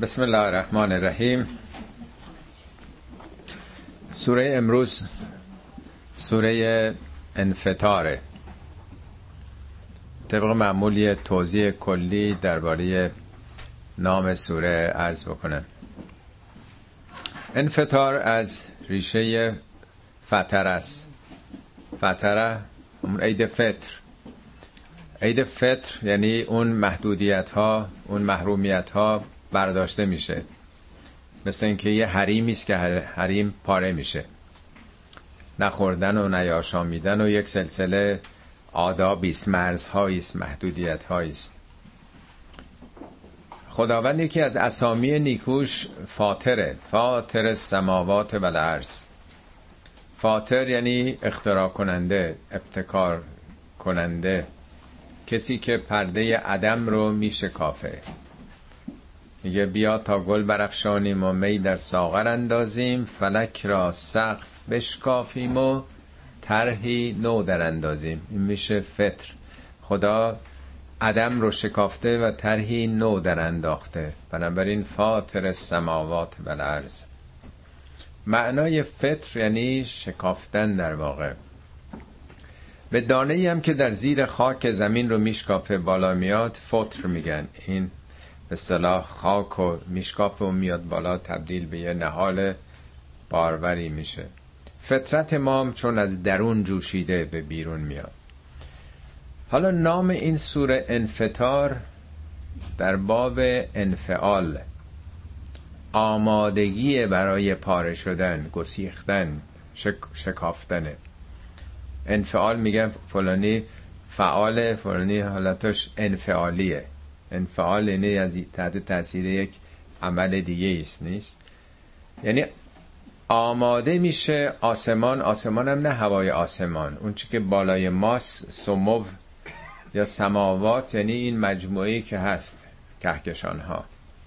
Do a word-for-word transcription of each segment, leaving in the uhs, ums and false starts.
بسم الله الرحمن الرحیم. سوره امروز سوره انفطاره. طبق معمولی توضیح کلی درباره نام سوره عرض بکنم. انفطار از ریشه فطر است. فطره همون عید فطر. عید فطر یعنی اون محدودیت ها، اون محرومیت ها برداشته میشه. مثل اینکه یه حریمی است که حریم پاره میشه، نخوردن و نیاشامیدن و یک سلسله آداب است، مرزهایی است، محدودیت هایی است. خداوند یکی از اسامی نیکوش فاطره، فاطر السماوات و الارض. فاطر یعنی اختراع کننده، ابتکار کننده، کسی که پرده عدم رو میشکافه. میگه بیا تا گل برافشانیم و می در ساغر اندازیم، فلک را سقف بشکافیم و طرحی نو در اندازیم. این میشه فطر. خدا عدم رو شکافته و طرحی نو در انداخته. بنابراین فاطر السماوات و الارض. معنای فطر یعنی شکافتن در واقع. به دانه‌ای هم که در زیر خاک زمین رو میشکافه بالا میاد فطر میگن. این به اصطلاح خاک و میشکافه و میاد بالا، تبدیل به یه نهال باروری میشه. فطرت ما چون از درون جوشیده به بیرون میاد. حالا نام این سوره انفطار در باب انفعال، آمادگی برای پاره شدن، گسیختن، شک... شکافتنه. انفعال میگن فلانی فعال، فلانی حالتش انفعالیه. انفعال یعنی از تحت تاثیر یک عمل دیگه است، نیست؟ یعنی آماده میشه آسمان. آسمان هم نه هوای آسمان، اون چی که بالای ماست، سمو یا سماوات، یعنی این مجموعی که هست، کهکشان ها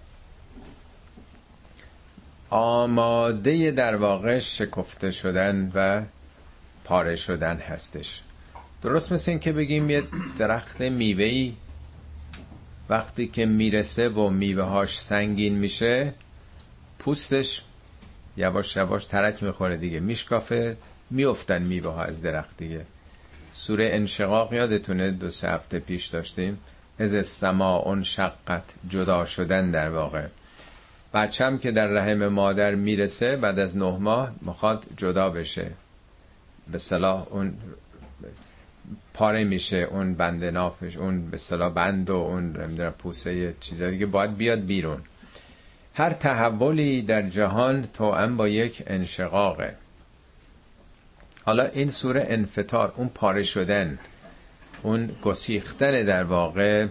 آماده در واقع شکفته شدن و پاره شدن هستش. درست مثل این که بگیم یه درخت میوه‌ای وقتی که میرسه و میوه هاش سنگین میشه، پوستش یواش یواش ترک میخوره دیگه، میشکافه، میافتن میوه ها از درخت دیگه. سوره انشقاق یادتونه دو سه هفته پیش داشتیم، از السماء انشقت، جدا شدن در واقع. بچه‌م که در رحم مادر میرسه بعد از نه ماه میخواد جدا بشه، به صلاح اون پاره میشه، اون بند نافش، اون به اصطلاح بند و اون نمیدونم پوسه چیزا دیگه باید بیاد بیرون. هر تحولی در جهان توأم با یک انشقاقه. حالا این سوره انفطار، اون پاره شدن، اون گسیختن در واقع،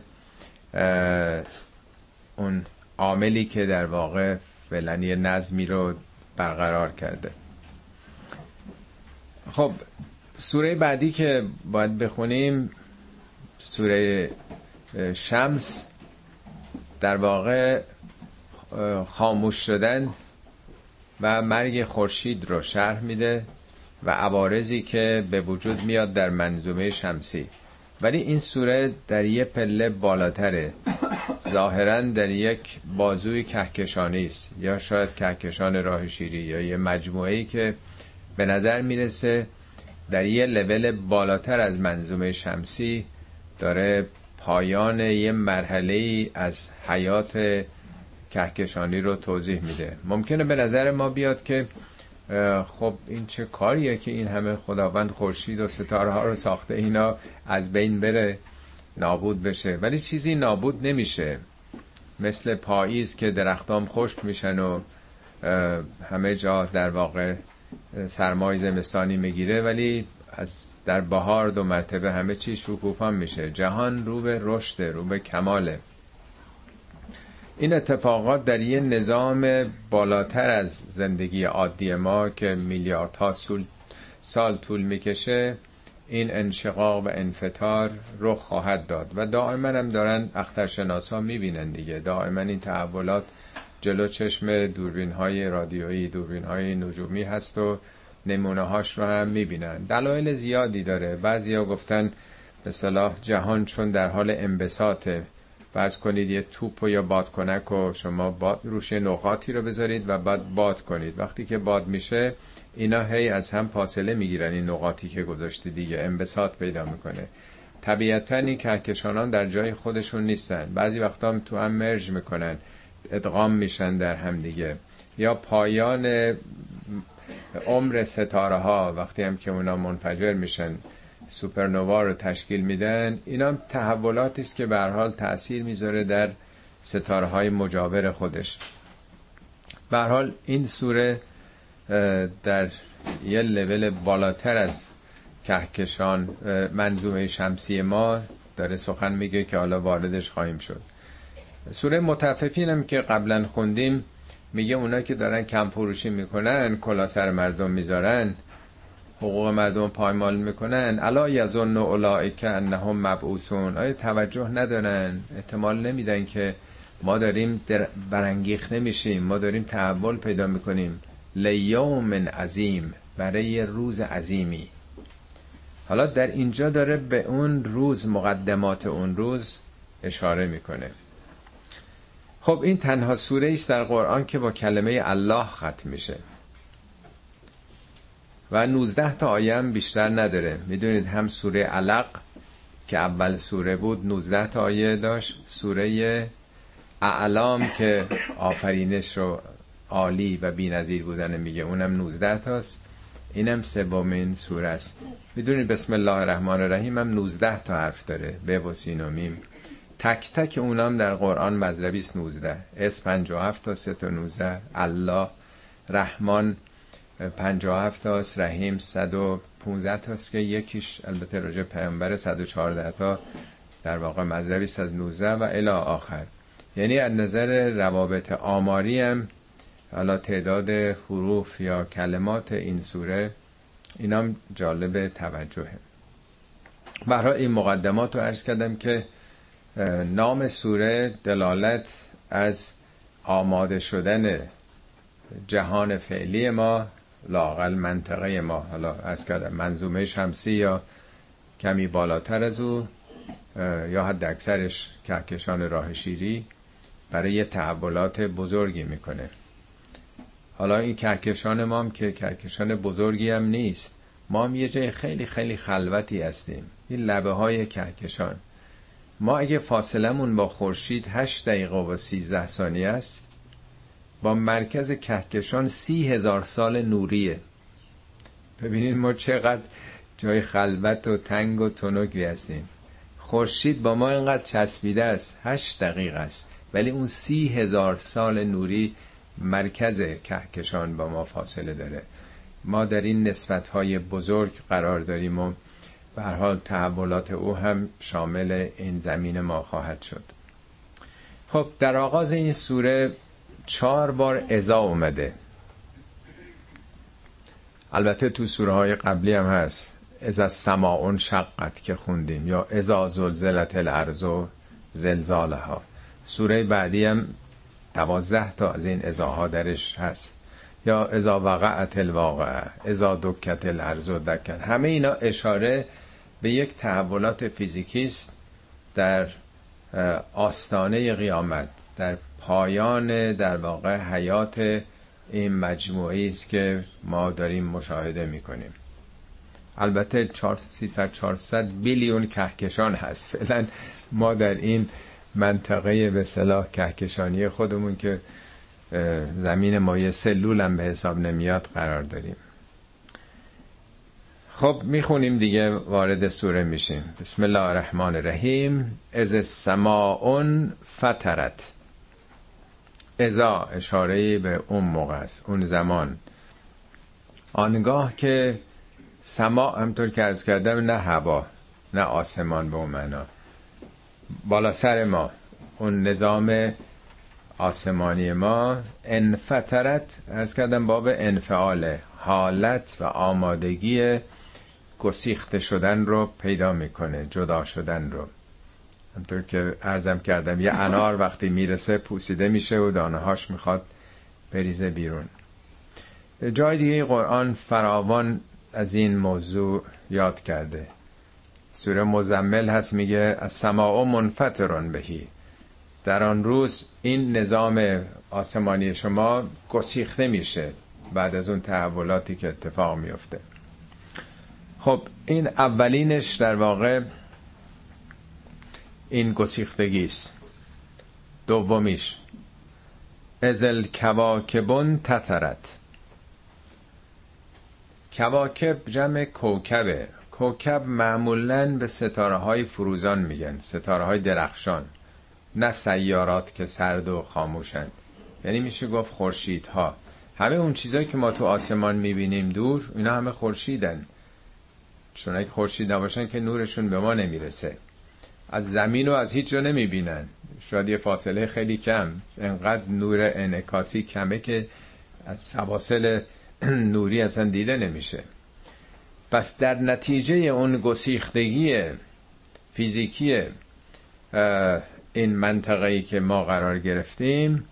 اون عاملی که در واقع فعلا یه نظمی رو برقرار کرده. خب سوره بعدی که باید بخونیم سوره شمس، در واقع خاموش شدن و مرگ خورشید رو شرح میده و عوارضی که به وجود میاد در منظومه شمسی. ولی این سوره در یه پله بالاتره، ظاهراً در یک بازوی کهکشانی است، یا شاید کهکشان راه شیری، یا یه مجموعه‌ای که به نظر میرسه در یه لول بالاتر از منظومه شمسی داره پایان یه مرحله‌ای از حیات کهکشانی رو توضیح میده. ممکنه به نظر ما بیاد که خب این چه کاریه که این همه خداوند خورشید و ستاره ها رو ساخته، اینا از بین بره، نابود بشه. ولی چیزی نابود نمیشه. مثل پاییز که درختام خشک میشن و همه جا در واقع سرمای زمستانی میگیره، ولی از در بهار دو مرتبه همه چی شکوفا میشه. جهان رو به رشد، رو به کماله. این اتفاقات در یه نظام بالاتر از زندگی عادی ما که میلیاردها سال سال طول میکشه، این انشقاق و انفطار رخ خواهد داد و دائما هم دارن اخترشناسا میبینن دیگه. دائما این تحولات جلو چشم دوربین های رادیویی، دوربین های نجومی هست و نمونه هاش رو هم میبینن. دلایل زیادی داره. بعضیا گفتن به صلاح جهان چون در حال انبساطه، فرض کنید یه توپ و یا بادکنک و شما باد روش نقاطی رو بذارید و بعد باد کنید، وقتی که باد میشه اینا هی از هم فاصله میگیرن، این نقاطی که گذاشتی دیگه انبساط پیدا میکنه. طبیعتا این کهکشانان در جای خودشون نیستن، بعضی وقتا هم تو هم مرج میکنن، ادغام میشن در هم دیگه. یا پایان عمر ستاره ها وقتی هم که اونا منفجر میشن سوپرنووا رو تشکیل میدن، اینا هم تحولاتی است که به هر حال تأثیر میذاره در ستاره های مجاور خودش. به هر حال این سوره در یه لول بالاتر از کهکشان منظومه شمسی ما داره سخن میگه که حالا واردش خواهیم شد. سوره مطففین هم که قبلا خوندیم میگه اونا که دارن کم فروشی میکنن، کلا سر مردم میذارن، حقوق مردم پایمال میکنن، الا یظن اولئک انهم مبعوثون، آیا توجه ندارن، احتمال نمیدن که ما داریم برانگیخته میشیم، ما داریم تحول پیدا میکنیم لیوم عظیم، برای روز عظیمی. حالا در اینجا داره به اون روز، مقدمات اون روز اشاره میکنه. خب این تنها سوره است در قرآن که با کلمه الله ختم میشه و نوزده تا آیه هم بیشتر نداره. میدونید هم سوره علق که اول سوره بود نوزده تا آیه داشت، سوره اعلام که آفرینش رو عالی و بی‌نظیر بودن میگه اونم نوزده تاست، اینم سومین سوره است. میدونید بسم الله الرحمن الرحیم هم نوزده تا حرف داره، به و سین و میم، تک تک اونام در قرآن مضربی است نوزده. اسم پنجاه و هفت تا سه تا نوزده، الله، رحمان پنجاه و هفت تاست، رحیم صد و پانزده تاست که یکیش البته راجع پیامبر صد و چهارده تا در واقع مضربی است از نوزده و الی آخر. یعنی از نظر روابط آماری هم حالا تعداد حروف یا کلمات این سوره اینام جالب توجهه. برای این مقدمات رو عرض کردم که نام سوره دلالت از آماده شدن جهان فعلی ما، لااقل منطقه ما، حالا عرض کردم منظومه شمسی یا کمی بالاتر از او یا حد اکثرش کهکشان راه شیری، برای تحولات بزرگی میکنه. حالا این کهکشان ما هم که کهکشان بزرگی هم نیست، ما هم یه جای خیلی خیلی خلوتی هستیم، این لبه های کهکشان. ما اگه فاصلمون با خورشید هشت دقیقه و سیزده ثانیه است، با مرکز کهکشان سی هزار سال نوریه. ببینید ما چقدر جای خلوت و تنگ و تنگی هستیم. خورشید با ما اینقدر چسبیده است، هشت دقیقه است، ولی اون سی هزار سال نوری مرکز کهکشان با ما فاصله داره. ما در این نسبت‌های بزرگ قرار داریم و به هر حال تحولات او هم شامل این زمین ما خواهد شد. خب در آغاز این سوره چهار بار اذا اومده. البته تو سوره های قبلی هم هست، اذا السماء انشقت که خوندیم، یا اذا زلزلت الارض زلزالها. سوره بعدی هم دوازده تا از این اذاها درش هست، یا اذا وقعت الواقعه، اذا دکت الارض دکن. همه اینا اشاره به یک تحولات فیزیکی است در آستانه قیامت، در پایان در واقع حیات این مجموعی است که ما داریم مشاهده میکنیم. البته سیصد چهارصد بیلیون کهکشان هست فعلا ما در این منطقه به اصطلاح کهکشانی خودمون که زمین مایع سلول هم به حساب نمیاد قرار داریم. خب میخونیم دیگه، وارد سوره میشیم. بسم الله الرحمن الرحیم. اذ السماء فطرت. اذا اشاره به اون موقع است، اون زمان، آنگاه که سما همطور که عرض کردم نه هوا نه آسمان به اون معنا، بالا سر ما، اون نظام آسمانی ما، انفطرت عرض کردم باب انفعال، حالت و آمادگی گسیخته شدن رو پیدا میکنه، جدا شدن رو. همطور که عرضم کردم یه انار وقتی میرسه پوسیده میشه و دانه‌هاش میخواد بریزه بیرون. جای دیگه قرآن فراوان از این موضوع یاد کرده. سوره مزمل هست میگه السماء منفطر بهی، در آن روز این نظام آسمانی شما گسیخته میشه بعد از اون تحولاتی که اتفاق میفته. خب این اولینش در واقع این گسیختگی است. دومیش ازل کواکبون تثرت. کواکب جمع کوکبه. کوکب معمولاً به ستاره های فروزان میگن، ستاره های درخشان، نه سیارات که سرد و خاموشند. یعنی میشه گفت خورشیدها. همه اون چیزایی که ما تو آسمان میبینیم دور، اینا همه خورشیدن، چون اگه خورشید نباشن که نورشون به ما نمیرسه. از زمین و از هیچ جا نمیبینن، شاید یه فاصله خیلی کم، انقدر نور انعکاسی کمه که از فواصل نوری اصلا دیده نمیشه. پس در نتیجه اون گسیختگی فیزیکی این منطقه‌ای که ما قرار گرفتیم،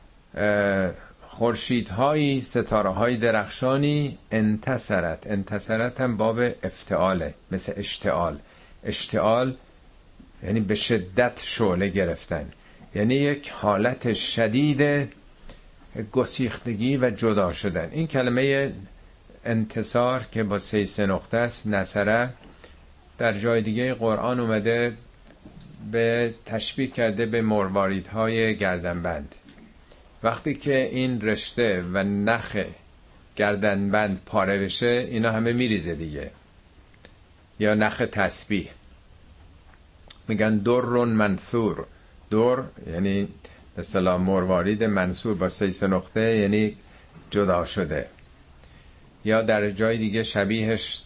خورشیدهایی، ستاره‌های درخشانی انتصرت. انتصرت هم باب افتعاله، مثل اشتعال. اشتعال یعنی به شدت شعله گرفتن، یعنی یک حالت شدید گسیختگی و جدا شدن. این کلمه انتصار که با سه سه نقطه است، نصره، در جای دیگه قرآن اومده به تشبیه کرده به مرواریدهای گردنبند. وقتی که این رشته و نخ گردنبند پاره بشه، اینا همه میریزه دیگه. یا نخ تسبیح، میگن درون منثور. دور یعنی به اصطلاح مروارید منصور با سه سه نقطه، یعنی جدا شده. یا در جای دیگه شبیهش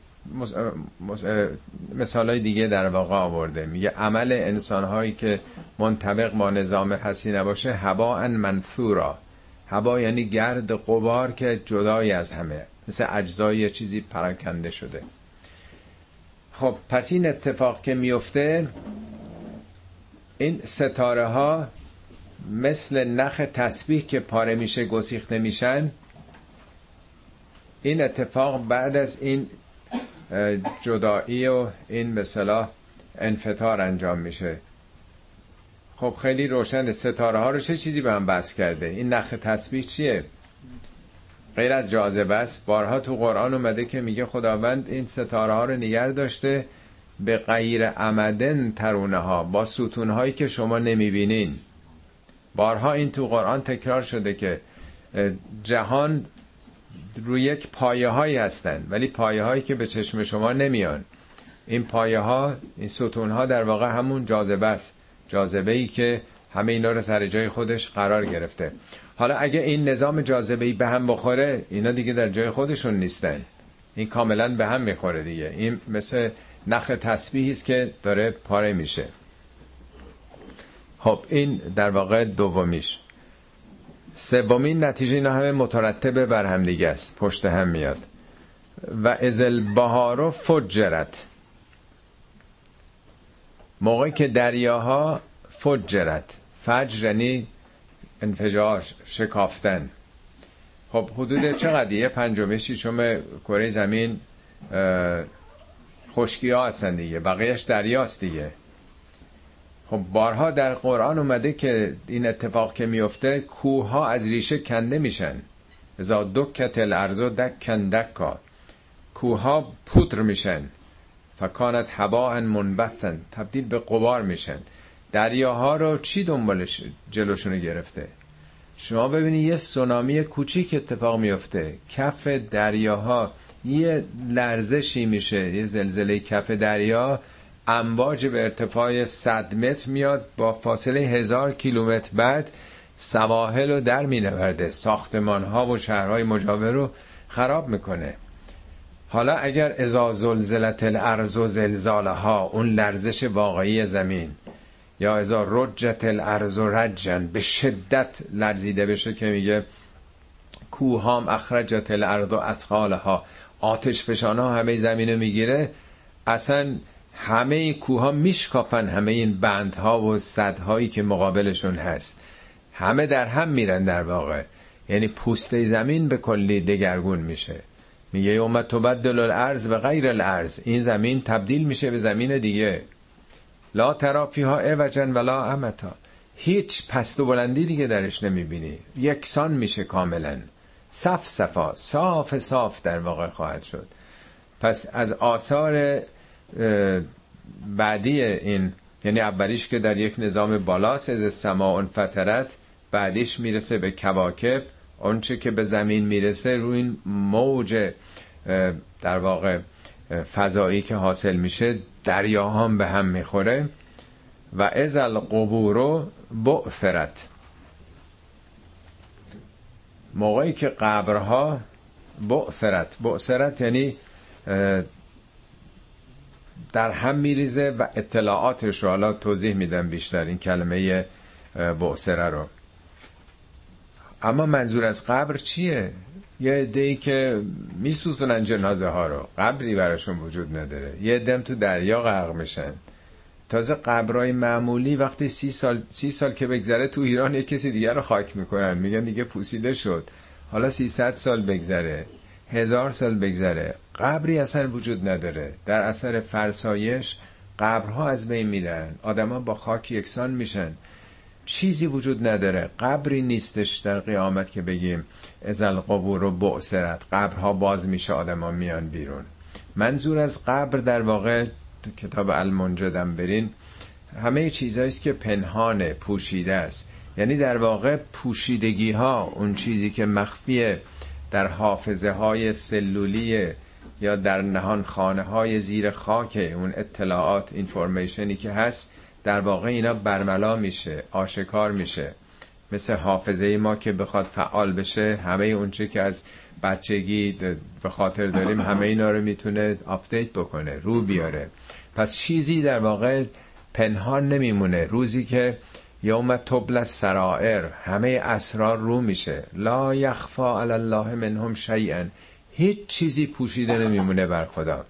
مثالای دیگه در واقع آورده، میگه عمل انسانهایی که منطبق با نظام هستی نباشه هباء منثورا. هوا یعنی گرد غبار که جدای از همه، مثل اجزای چیزی پراکنده شده. خب پس این اتفاق که میفته، این ستاره ها مثل نخ تسبیح که پاره میشه، گسیخته میشن. این اتفاق بعد از این جدایی و این به اصطلاح انفطار انجام میشه. خب خیلی روشن، ستاره ها رو چه چیزی به هم بس کرده؟ این نخ تسبیح چیه؟ غیر از جاذبه است. بارها تو قرآن اومده که میگه خداوند این ستاره ها رو نگه داشته به غیر عمدن ترونه ها، با ستون هایی که شما نمیبینین. بارها این تو قرآن تکرار شده که جهان روی یک پایه هایی هستن، ولی پایه هایی که به چشم شما نمیان. این پایه ها، این ستون ها در واقع همون جاذبه است. جاذبه ای که همه اینا رو سر جای خودش قرار گرفته. حالا اگه این نظام جاذبه ای به هم بخوره، اینا دیگه در جای خودشون نیستن، این کاملا به هم میخوره دیگه. این مثل نخ تسبیحی است که داره پاره میشه. خب این در واقع دومیش. سومین نتیجه، اینا همه مترتبه بر هم دیگه است، پشت هم میاد. و ازل بهارو فجرت. موقعی که دریاها فجرت، فجر یعنی انفجار، شکافتن. خب حدود چقدریه؟ پنجم ششم کره زمین خشکی ها هستن دیگه، بقیهش دریاست دیگه. خب بارها در قرآن اومده که این اتفاق که میفته، کوه ها از ریشه کنده میشن. اذا دکت الارض دکن دکا، کوه ها پودر میشن. فکانت هباء منبثا، تبدیل به غبار میشن. دریاها رو چی دنبالش جلوشونو گرفته؟ شما ببینید یه سونامی کوچیک اتفاق میفته، کف دریاها یه لرزشی میشه، یه زلزله کف دریا، امواج به ارتفاع صد متر میاد، با فاصله هزار کیلومتر بعد سواحل رو در مینورده، ساختمان ها و شهرهای مجاور رو خراب میکنه. حالا اگر اذا زلزلت الارض زلزالها، اون لرزش واقعی زمین، یا اذا رجت الارض رجا، به شدت لرزیده بشه که میگه کوهام اخرجت الارض اثقالها، آتش فشانها همه زمینو میگیره، اصلا همه این کوها میشکافن، همه این بندها و سدهایی که مقابلشون هست، همه در هم میرن در واقع. یعنی پوسته زمین به کلی دگرگون میشه. میگه یوم تبدل الارض و غیر الارض، این زمین تبدیل میشه به زمین دیگه. لا ترى فیها عوجا ولا امتا، هیچ پست و بلندی دیگه درش نمیبینی، یکسان میشه کاملا، صف صفا، صاف صاف در واقع خواهد شد. پس از آثار بعدی این، یعنی اولیش که در یک نظام بالاست، از السماء انفطرت، بعدیش میرسه به کواکب، اونچه که به زمین میرسه روی این موج در واقع فضایی که حاصل میشه، دریاها به هم میخوره. و اذا القبور بعثرت، موقعی که قبرها بعثرت، بعثرت یعنی در هم میریزه و اطلاعاتش رو حالا توضیح میدم بیشتر این کلمه بعثره رو. اما منظور از قبر چیه؟ یه عده‌ای که میسوزونن جنازه ها رو، قبری براشون وجود نداره، یه عده‌ام تو دریا غرق میشن. تازه قبرای معمولی وقتی سی سال سی سال که بگذره تو ایران یک کسی دیگر رو خاک میکنن، میگن دیگه پوسیده شد. حالا سیصد سال بگذره، هزار سال بگذره، قبری اصلا وجود نداره. در اثر فرسایش قبرها از بین میرن، آدما با خاک یکسان میشن، چیزی وجود نداره، قبری نیستش در قیامت که بگیم اذا القبور بعثرت، قبرها باز میشه، آدما میان بیرون. منظور از قبر در واقع تو کتاب المنجدم برین، همه چیزایی است که پنهانه، پوشیده است. یعنی در واقع پوشیدگی ها، اون چیزی که مخفیه در حافظه های سلولی یا در نهان خانه های زیر خاک، اون اطلاعات، اینفورمیشنی که هست، در واقع اینا برملا میشه، آشکار میشه. مثل حافظه ما که بخواد فعال بشه، همه اون چی که از بچگی به خاطر داریم همه اینا رو میتونه آپدیت بکنه، رو بیاره. پس چیزی در واقع پنهان نمیمونه. روزی که یوم تبلی السرائر، همه اسرار رو میشه، لا یخفا علی الله منهم شیئا، هیچ چیزی پوشیده نمیمونه بر خدا.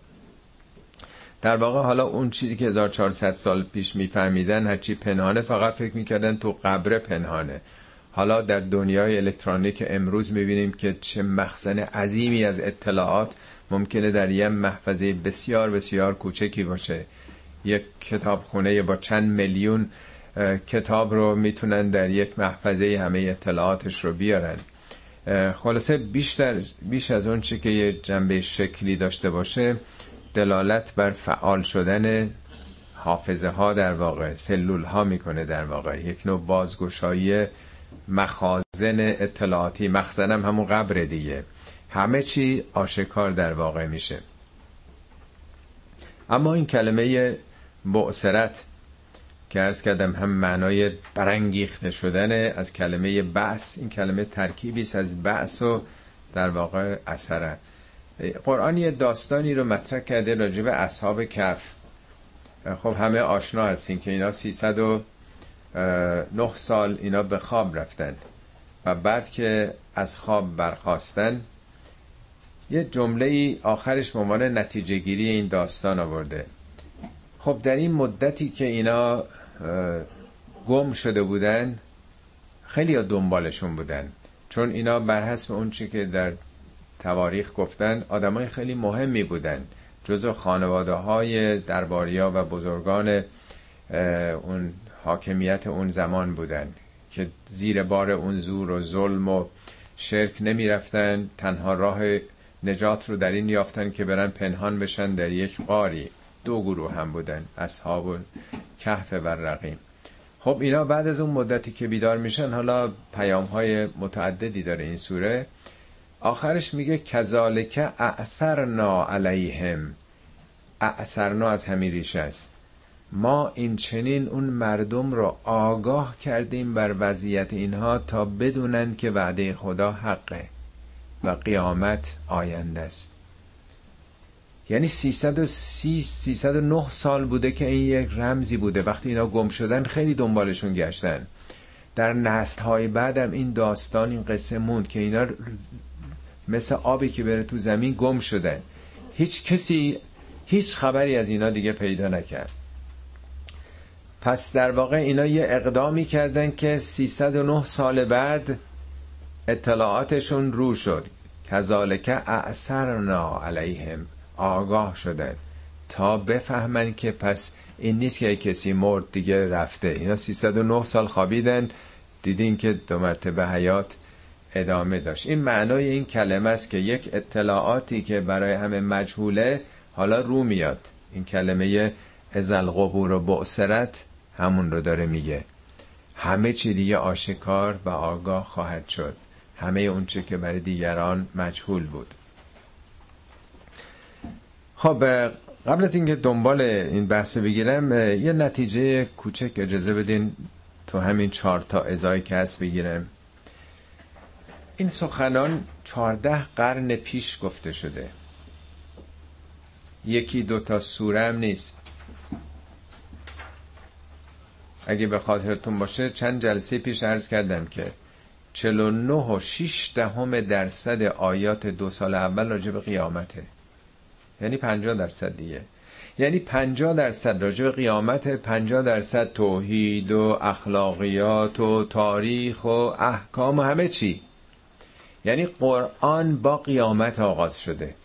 در واقع حالا اون چیزی که هزار و چهارصد سال پیش میفهمیدن هرچی پنهانه، فقط فکر میکردن تو قبر پنهانه. حالا در دنیای الکترونیک امروز میبینیم که چه مخزن عظیمی از اطلاعات ممکنه در یه محفظه بسیار بسیار کوچکی باشه. یک کتابخونه با چند میلیون کتاب رو میتونن در یک محفظه همه اطلاعاتش رو بیارن. خلاصه بیشتر بیش از اون چی که یه جنبه شکلی داشته باشه، دلالت بر فعال شدن حافظه ها در واقع، سلول ها میکنه در واقع، یک نوع بازگشایی مخازن اطلاعاتی. مخزن هم همون قبر دیگه، همه چی آشکار در واقع میشه. اما این کلمه بعثرت که عرض کردم هم معنای برانگیخته شدن از کلمه بعث، این کلمه ترکیبی است از بعث و در واقع اثره. قرآن یه داستانی رو مطرح کرده راجع به اصحاب کهف. خب همه آشنا هستین که اینا سیصد و نه سال اینا به خواب رفتن و بعد که از خواب برخاستن یه جمله آخرش به عنوان نتیجه گیری این داستان آورده. خب در این مدتی که اینا گم شده بودن، خیلی ها دنبالشون بودن، چون اینا بر حسب اون چی که در تواریخ گفتن آدمای خیلی مهمی بودن، جزو خانواده های درباریا و بزرگان اون حاکمیت اون زمان بودن که زیر بار اون زور و ظلم و شرک نمی رفتن، تنها راه نجات رو در این یافتن که برن پنهان بشن در یک غاری. دو گروه هم بودن، اصحاب کهف و رقیم. خب اینا بعد از اون مدتی که بیدار میشن، حالا پیام های متعددی داره این سوره. آخرش میگه کذالک اعثرنا علیهم، اعثرنا از همین ریشه است، ما این چنین اون مردم رو آگاه کردیم بر وضعیت اینها تا بدونن که وعده خدا حقه و قیامت آینده است. یعنی سیصد و سی سیصد و نه سال بوده که این یک رمزی بوده. وقتی اینا گم شدن خیلی دنبالشون گشتن. در نسل‌های بعدم این داستان، این قصه موند که اینا مثل آبی که بره تو زمین گم شدن، هیچ کسی هیچ خبری از اینا دیگه پیدا نکرد. پس در واقع اینا یه اقدامی کردن که سیصد و نه سال بعد اطلاعاتشون رو شد. کذالک اعثرنا علیهم، آگاه شدن تا بفهمن که پس این نیست که کسی مرد دیگه رفته. اینا سیصد و نه سال خوابیدن، دیدین که دو مرتبه حیات ادامه داشت. این معنای این کلمه است که یک اطلاعاتی که برای همه مجهوله حالا رو میاد. این کلمه اذا القبور و بعثرت همون رو داره میگه. همه چی دیگه آشکار و آگاه خواهد شد، همه اون چی که برای دیگران مجهول بود. خب قبل از اینکه دنبال این بحث بگیرم یه نتیجه کوچک اجازه بدین تو همین چهار تا ازایی که هست بگیرم. این سخنان چهارده قرن پیش گفته شده، یکی دوتا سوره هم نیست. اگه به خاطرتون باشه چند جلسه پیش عرض کردم که چهل و نه و شش دهم درصد آیات دو سال اول راجع به قیامته، یعنی پنجاه درصد دیگه، یعنی پنجاه درصد راجع به قیامت، پنجاه درصد توحید و اخلاقیات و تاریخ و احکام و همه چی. یعنی قرآن با قیامت آغاز شده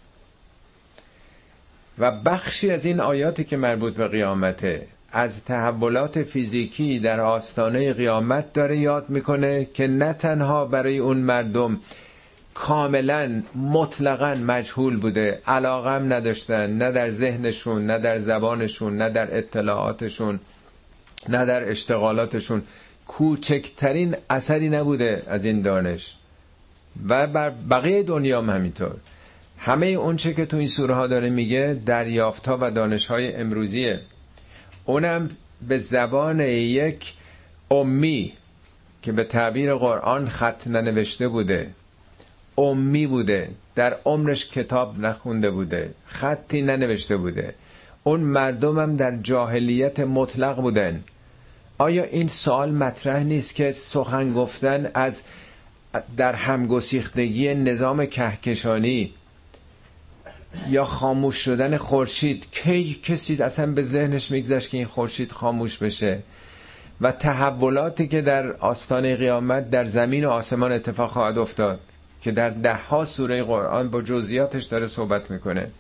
و بخشی از این آیاتی که مربوط به قیامته از تحولات فیزیکی در آستانه قیامت داره یاد میکنه که نه تنها برای اون مردم کاملا مطلقاً مجهول بوده، علاقه هم نداشتن، نه در ذهنشون، نه در زبانشون، نه در اطلاعاتشون، نه در اشتغالاتشون کوچکترین اثری نبوده از این دانش، و بر بقیه دنیا هم همینطور. همه اون چه که تو این سوره ها داره میگه دریافت‌ها و دانش‌های امروزیه، اونم به زبان یک امی که به تعبیر قرآن خط ننوشته بوده، امی بوده، در عمرش کتاب نخونده بوده، خطی ننوشته بوده. اون مردم هم در جاهلیت مطلق بودن. آیا این سوال مطرح نیست که سخن گفتن از در همگسیختگی نظام کهکشانی یا خاموش شدن خورشید، کی کسی اصلا به ذهنش میگذشت که این خورشید خاموش بشه؟ و تحولاتی که در آستانه قیامت در زمین و آسمان اتفاق خواهد افتاد که در ده ها سوره قرآن با جزئیاتش داره صحبت میکنه.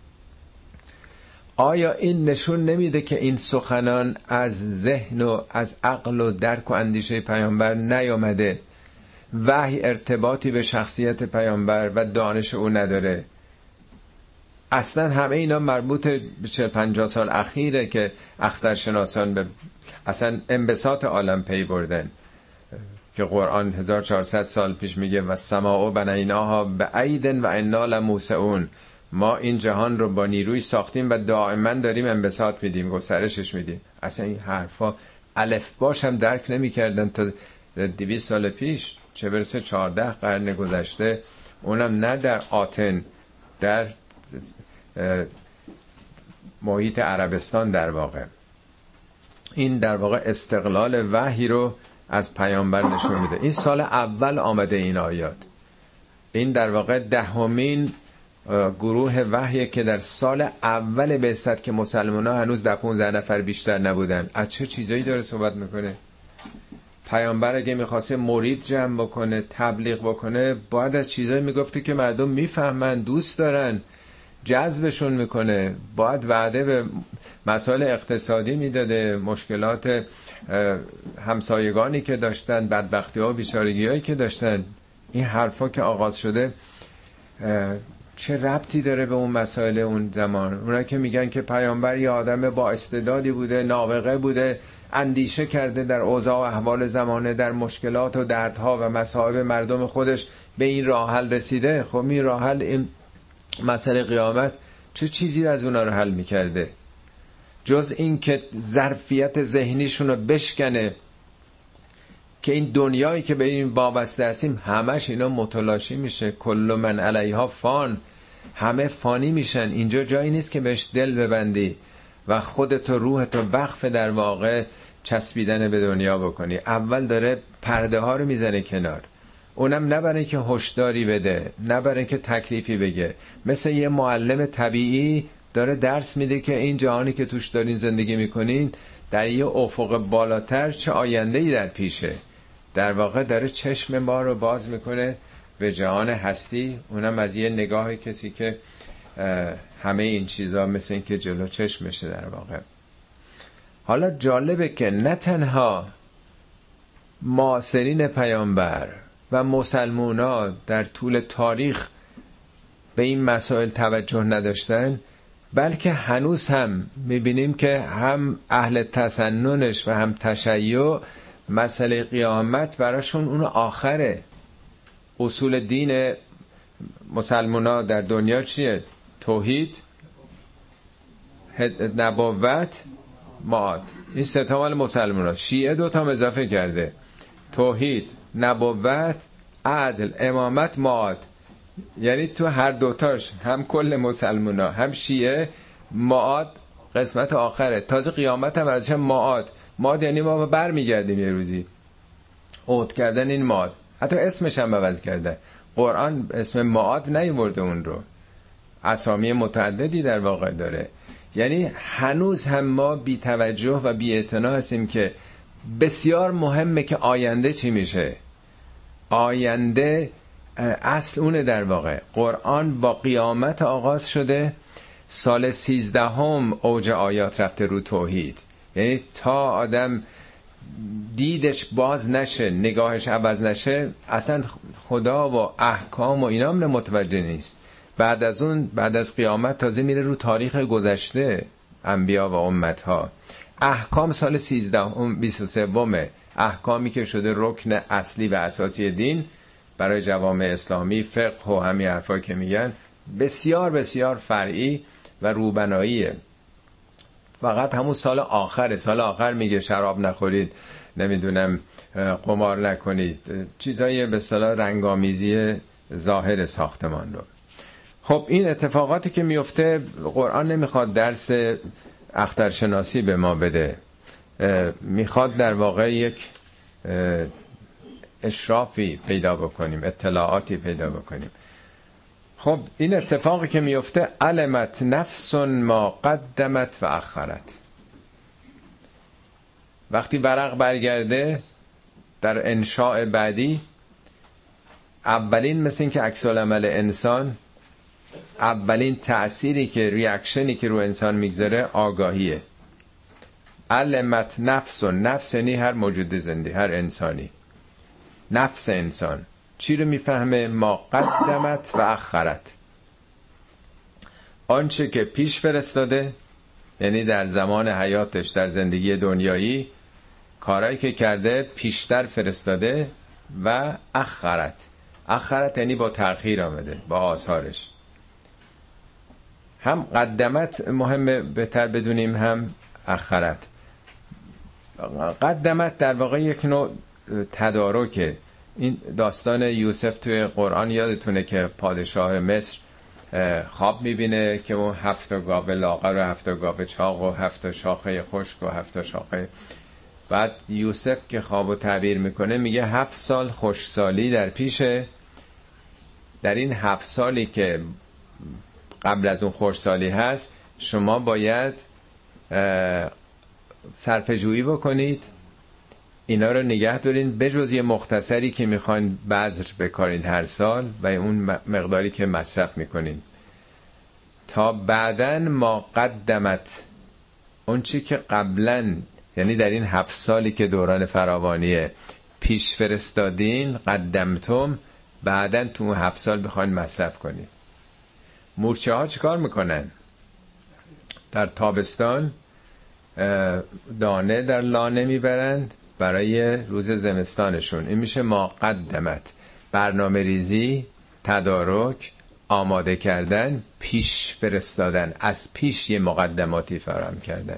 آیا این نشون نمیده که این سخنان از ذهن و از عقل و درک و اندیشه پیامبر نیامده؟ وحی ارتباطی به شخصیت پیامبر و دانش او نداره. اصلا همه اینا مربوط به چهل پنجاه سال اخیره که اخترشناسان به اصلا انبساط عالم پی بردن، که قرآن هزار و چهارصد سال پیش میگه و السماء بنیناها بعید و انا لموسعون، ما این جهان رو با نیروی ساختیم و دائما داریم انبساط میدیم، گسترشش میدیم. اصلا این حرفا الف باش هم درک نمیکردن تا دویست سال پیش، چه برسه چهارده قرن گذشته، اونم نه در آتن، در محیط عربستان. در واقع این در واقع استقلال وحی رو از پیامبر نشون میده. این سال اول آمده این آیات، این در واقع دهمین گروه وحی که در سال اول بعثت که مسلمان ها هنوز ده پونزده نفر بیشتر نبودن. از چه چیزایی داره صحبت میکنه؟ پیامبر اگه میخواسته مرید جمع بکنه، تبلیغ بکنه، باید از چیزایی میگفته که مردم میفهمن، دوست دارن، جذبشون میکنه. باید وعده به مسائل اقتصادی میداده، مشکلات همسایگانی که داشتن، بدبختی ها و بیچارگی هایی که داشتن. این حرفا که آغاز شده چه ربطی داره به اون مسائل اون زمان؟ اونا که میگن که پیامبر یه آدم با استعدادی بوده، نابغه بوده، اندیشه کرده در اوضاع و احوال زمانه، در مشکلات و دردها و مصائب مردم خودش به این راه حل رسیده. خب این راه حل، این مسئله قیامت، چه چیزی از اونا رو حل میکرده جز این که ظرفیت ذهنیشون رو بشکنه که این دنیایی که به این وابسته هستیم همش اینا متلاشی میشه. کل من علیها فان، همه فانی میشن. اینجا جایی نیست که بهش دل ببندی و خودت و روحت و وقف در واقع چسبیدن به دنیا بکنی. اول داره پرده ها رو میزنه کنار، اونم نه برای که هشداری بده، نه برای که تکلیفی بگه، مثل یه معلم طبیعی داره درس میده که این جهانی که توش دارین زندگی میکنین در یه افق بالاتر چه آینده‌ای در پیشه. در واقع داره چشم ما رو باز میکنه به جهان هستی، اونم از یه نگاه کسی که همه این چیزا مثل این که جلو چشمشه در واقع. حالا جالبه که نه تنها معاصرین پیامبر و مسلمونا در طول تاریخ به این مسائل توجه نداشتن، بلکه هنوز هم میبینیم که هم اهل تسننش و هم تشیع مسئله قیامت براشون اون آخره. اصول دین مسلمونا در دنیا چیه؟ توحید، نبوت، معاد. این سه تا مال مسلمونا. شیعه دو تا اضافه کرده: توحید، نبوت، عدل، امامت، معاد. یعنی تو هر دوتاش هم کل مسلمونا هم شیعه معاد قسمت آخره. تازه قیامت هم ازش معاد. معاد یعنی ما بر میگردیم یه روزی. عهد کردن این معاد. حتی اسمش هم عوض کرده. قرآن اسم معاد نیورده اون رو. اسامی متعددی در واقع داره. یعنی هنوز هم ما بی توجه و بی اعتنا هستیم که بسیار مهمه که آینده چی میشه. آینده اصل اونه در واقع. قرآن با قیامت آغاز شده، سال سیزدهم اوج آیات رفته رو توحید. یعنی تا آدم دیدش باز نشه، نگاهش عوض نشه، اصلا خدا و احکام و اینا هم متوجه نیست. بعد از اون بعد از قیامت تازه میره رو تاریخ گذشته انبیا و امتها. احکام سال سیزدهم بیست و سومه، احکامی که شده رکن اصلی و اساسی دین برای جوامع اسلامی، فقه و همین حرفا که میگن بسیار بسیار فرعی و روبناییه. فقط همون سال آخره. سال آخر میگه شراب نخورید، نمیدونم قمار نکنید، چیزای به اصطلاح رنگامیزی ظاهر ساختمان رو. خب این اتفاقاتی که میفته قرآن نمیخواد درس اخترشناسی به ما بده، میخواد در واقع یک اشرافی پیدا بکنیم، اطلاعاتی پیدا بکنیم. خب این اتفاقی که میفته علمت نفس ما قدمت و اخرت. وقتی ورق برگرده در انشاء بعدی، اولین مثل این که عکس العمل انسان، اولین تأثیری که ریاکشنی که رو انسان میگذاره آگاهیه. علمت نفس و نفس یعنی هر موجود زنده، هر انسانی. نفس انسان چی رو میفهمه؟ ما قدمت و اخرت، آنچه که پیش فرستاده، یعنی در زمان حیاتش در زندگی دنیایی کارهایی که کرده پیشتر فرستاده، و اخرت. اخرت یعنی با تأخیر آمده، با آثارش. هم قدمت مهمه بهتر بدونیم، هم اخرت. قدمت در واقع یک نوع تدارکه. این داستان یوسف توی قرآن یادتونه که پادشاه مصر خواب میبینه که اون هفت گاو لاغر و هفت گاو چاق و هفت شاخه خشک و هفت شاخه. بعد یوسف که خوابو تعبیر میکنه میگه هفت سال خشکسالی در پیشه. در این هفت سالی که قبل از اون خشکسالی هست شما باید صرفه‌جویی بکنید، اینا رو نگه دارین، بجز یه مختصری که میخواین بذر بکارین هر سال و اون مقداری که مصرف میکنین، تا بعدن ما قدمت، اون چی که قبلن، یعنی در این هفت سالی که دوران فراوانیه پیش فرستادین، قدمتم، بعدن تو اون هفت سال بخواین مصرف کنید. مورچه ها چیکار میکنن؟ در تابستان دانه در لانه میبرند برای روز زمستانشون. این میشه ما قدمت، برنامه ریزی، تدارک، آماده کردن، پیش فرستادن، از پیش یه مقدماتی فراهم کردن.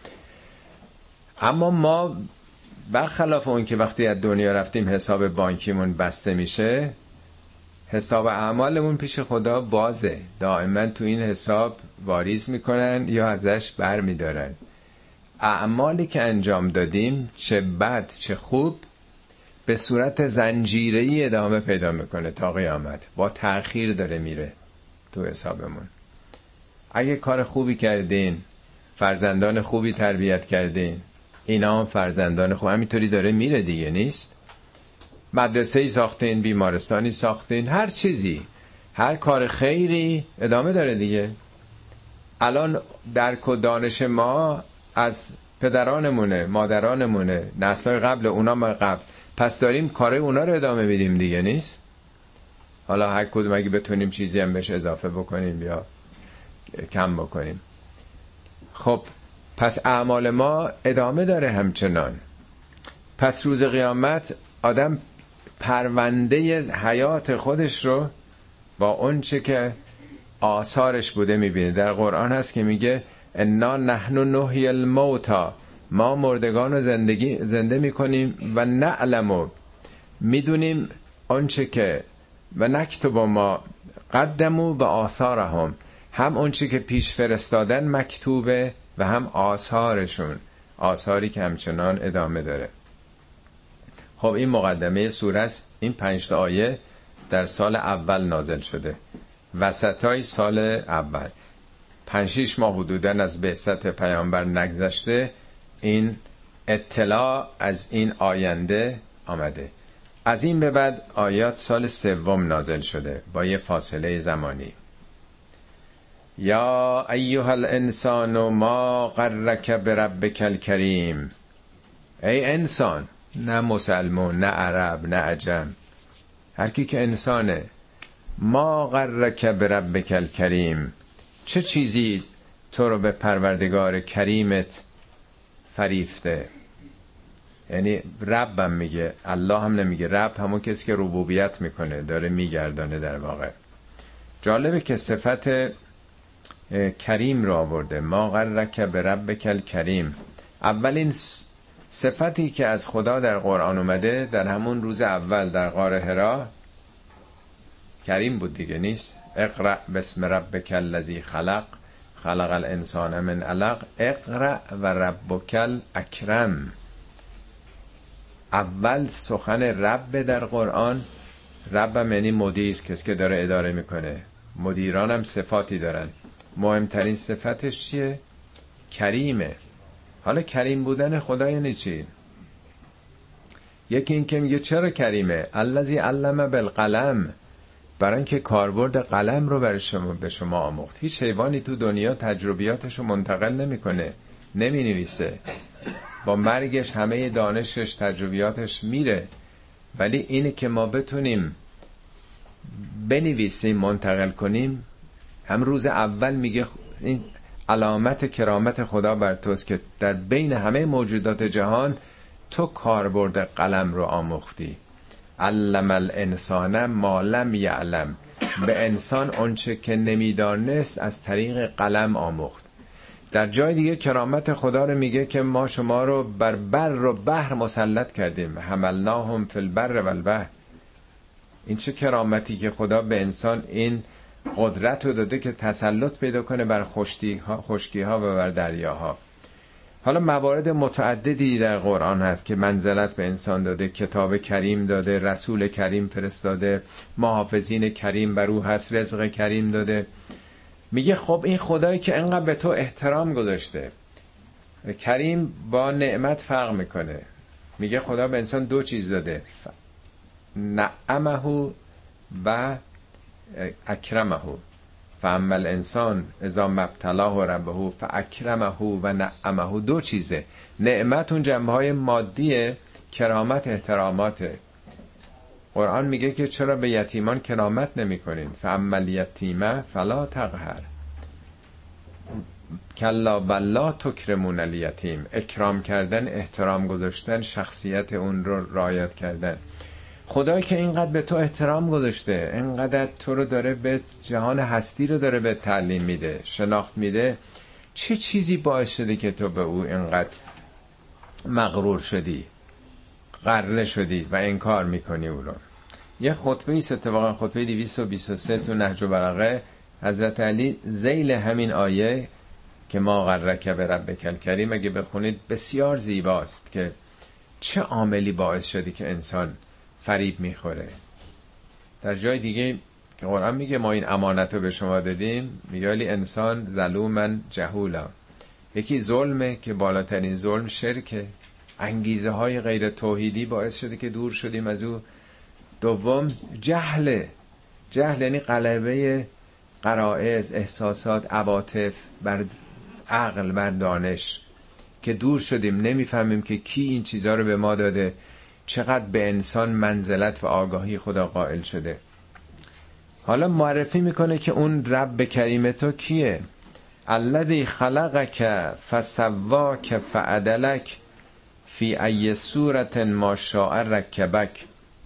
اما ما برخلاف اون که وقتی از دنیا رفتیم حساب بانکیمون بسته میشه، حساب اعمالمون پیش خدا بازه. دائما تو این حساب واریز میکنن یا ازش بر میدارن. اعمالی که انجام دادیم، چه بد چه خوب، به صورت زنجیره‌ای ادامه پیدا میکنه تا قیامت، با تأخیر داره میره تو حسابمون. اگه کار خوبی کردین، فرزندان خوبی تربیت کردین، اینا هم فرزندان خوب، همینطوری داره میره دیگه، نیست؟ مدرسه‌ای ساختین، بیمارستانی ساختین، هر چیزی، هر کار خیری ادامه داره دیگه. الان درک و دانش ما از پدرانمونه، مادرانمونه، نسل‌های قبل، اونا ما قبل، پس داریم کار اونا رو ادامه میدیم دیگه، نیست؟ حالا هر کدوم اگه بتونیم چیزی هم بهش اضافه بکنیم یا کم بکنیم. خب پس اعمال ما ادامه داره همچنان. پس روز قیامت آدم پرونده حیات خودش رو با اون چه که آثارش بوده میبینه. در قرآن هست که میگه انا نحن نحیی الموتا، ما مردگان رو زندگی زنده میکنیم و نعلم، میدونیم اون چه که و نکتب ما قدموا و آثارهم، هم اون چه که پیش فرستادن مکتوبه و هم آثارشون، آثاری که همچنان ادامه داره. خب این مقدمه سوره است. این پنج تا آیه در سال اول نازل شده، وسطای سال اول، پنج شیش ماه حدوداً از بعثت پیامبر نگذشته این اطلاع از این آینده آمده. از این به بعد آیات سال سوم نازل شده با یه فاصله زمانی. یا ایها الانسان ما غرک بربک الکریم، ای انسان، نه مسلمان نه عرب نه عجم، هر کی که انسانه، ما غرک بربک الکریم، چه چیزی تو رو به پروردگار کریمت فریفته؟ یعنی ربم میگه، الله هم نمیگه. رب همون کسی که ربوبیت میکنه، داره میگردانه در واقع. جالبه که صفت کریم رو آورده، ما غرک بربک الکریم. اولین صفتی که از خدا در قرآن اومده در همون روز اول در غار حرا کریم بود دیگه، نیست؟ اقرأ بسم ربک الذی خلق خلق الانسان من علق اقرأ و ربک الاکرم. اول سخن رب در قرآن، رب هم یعنی مدیر، کسی که داره اداره میکنه. مدیران هم صفاتی دارن، مهمترین صفتش چیه؟ کریمه. حالا کریم بودن خدا یعنی چی؟ یکی این که میگه چرا کریمه؟ الذی علم بالقلم، برای اینکه کاربرد قلم رو برای شما به شما آموخت. هیچ حیوانی تو دنیا تجربیاتش رو منتقل نمیکنه، نمی نویسه، با مرگش همه دانشش تجربیاتش میره، ولی اینه که ما بتونیم بنویسیم منتقل کنیم. هم روز اول میگه این علامت کرامت خدا بر توست که در بین همه موجودات جهان تو کاربرد قلم رو آموختی. علم الانسان ما لم یعلم، به انسان آنچه که نمیدانست از طریق قلم آموخت. در جای دیگه کرامت خدا رو میگه که ما شما رو بر بر و بحر مسلط کردیم، حملناهم فی البر و البحر. این چه کرامتی که خدا به انسان این قدرت رو داده که تسلط پیدا کنه بر خشکی ها و بر دریاها. حالا موارد متعددی در قرآن هست که منزلت به انسان داده، کتاب کریم داده، رسول کریم فرستاده، محافظین کریم بر او هست، رزق کریم داده. میگه خب این خدایی که انقدر به تو احترام گذاشته، کریم با نعمت فرق میکنه. میگه خدا به انسان دو چیز داده، نعمه و اکرمه. فاما الانسان اذا ما ابتلاه ربه فاکرمه و نعمه. دو چیزه، نعمت اون جنبه های مادیه، کرامت احتراماته. قرآن میگه که چرا به یتیمان کرامت نمی کنین؟ فاما الیتیم فلا تقهر کلا بلا تکرمون الیتیم. اکرام کردن، احترام گذاشتن، شخصیت اون رو رعایت کردن. خدایی که اینقدر به تو احترام گذاشته، اینقدر تو رو داره به جهان هستی رو داره به تعلیم میده، شناخت میده، چه چیزی باعث شده که تو به او اینقدر مغرور شدی، غره شدی و انکار میکنی او رو؟ یه خطبه ایست، اتفاقا خطبه دویست و بیست و سه تو نهج البلاغه، حضرت علی ذیل همین آیه که ما غرک بربک الکریم اگه بخونید بسیار زیباست که چه عاملی باعث شدی که انسان فریب میخوره. در جای دیگه که قرآن میگه ما این امانت رو به شما دادیم، میگه ولی انسان ظلومن جهولا. یکی ظلمه که بالاترین ظلم شرکه، انگیزه های غیر توحیدی باعث شده که دور شدیم از او. دوم جهله، جهل یعنی غلبه غرایز، احساسات، عواطف بر عقل، بر دانش، که دور شدیم نمیفهمیم که کی این چیزها رو به ما داده، چقدر به انسان منزلت و آگاهی خدا قائل شده. حالا معرفی میکنه که اون رب کریم تو کیه. الذی خلقک فسواک فعدلک فی ای صورت ما شاء رکبک.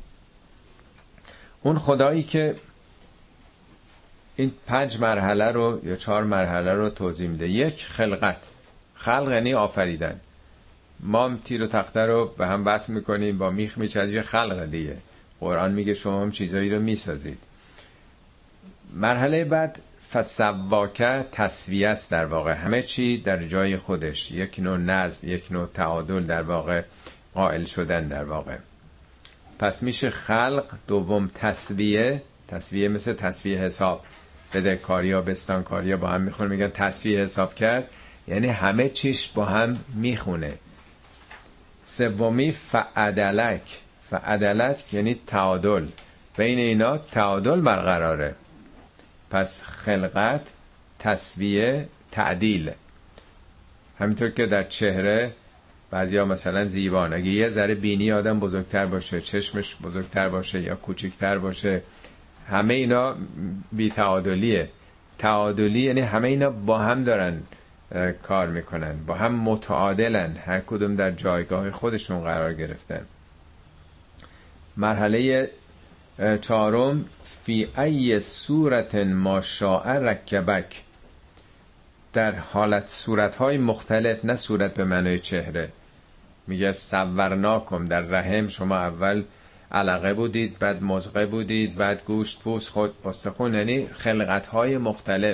اون خدایی که این پنج مرحله رو یا چهار مرحله رو توضیح میده. یک، خلقت. خلق یعنی آفریدن. ما تیر و تخته رو به هم وصل میکنیم، با میخ میچسبیم، خلق دیگه. قرآن میگه شما هم چیزایی رو میسازید. مرحله بعد فسواکه، تسویه است در واقع، همه چی در جای خودش، یک نوع نظم، یک نوع تعادل در واقع قائل شدن در واقع. پس میشه خلق. دوم تسویه. تسویه مثل تسویه حساب، بدهکاریا بستانکاریا با هم میخونه، میگن تسویه حساب کرد، یعنی همه چیش با هم میخونه. سومی فعدلک. فعدلک یعنی تعادل، بین اینا تعادل برقراره. پس خلقت، تسویه، تعدیل. همینطور که در چهره بعضیا مثلا زیبان، اگه یه ذره بینی آدم بزرگتر باشه، چشمش بزرگتر باشه یا کوچکتر باشه، همه اینا بی تعادلیه. تعادلی یعنی همه اینا با هم دارن کار میکنن، با هم متعادلن، هر کدوم در جایگاه خودشون قرار گرفتن. مرحله چهارم فی ای صورت ما شاء رکبک. در حالت صورتهای مختلف، نه صورت به معنای چهره. میگه صورناکم، در رحم شما اول علقه بودید، بعد مضغه بودید، بعد گوشت، پوست، خود استخوان، یعنی خلقتهای مختلف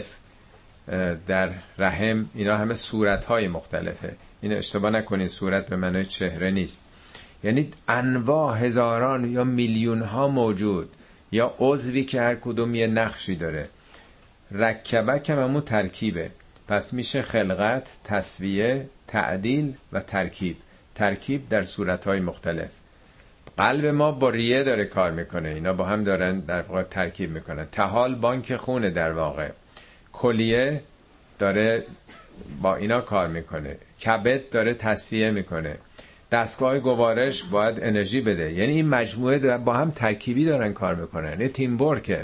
در رحم. اینا همه صورتهای مختلفه. این اشتباه نکنید، صورت به معنای چهره نیست. یعنی انواع، هزاران یا میلیون ها موجود، یا عضوی که هر کدوم یه نقشی داره. رکبک هم همون ترکیبه. پس میشه خلقت، تسویه، تعدیل و ترکیب. ترکیب در صورتهای مختلف. قلب ما با ریه داره کار میکنه، اینا با هم دارن در واقع ترکیب میکنن. تحال بانک خونه در واقع. کلیه داره با اینا کار میکنه. کبد داره تصفیه میکنه. دستگاه گوارش باید انرژی بده. یعنی این مجموعه با هم ترکیبی دارن کار میکنن، یعنی تیم ورکه.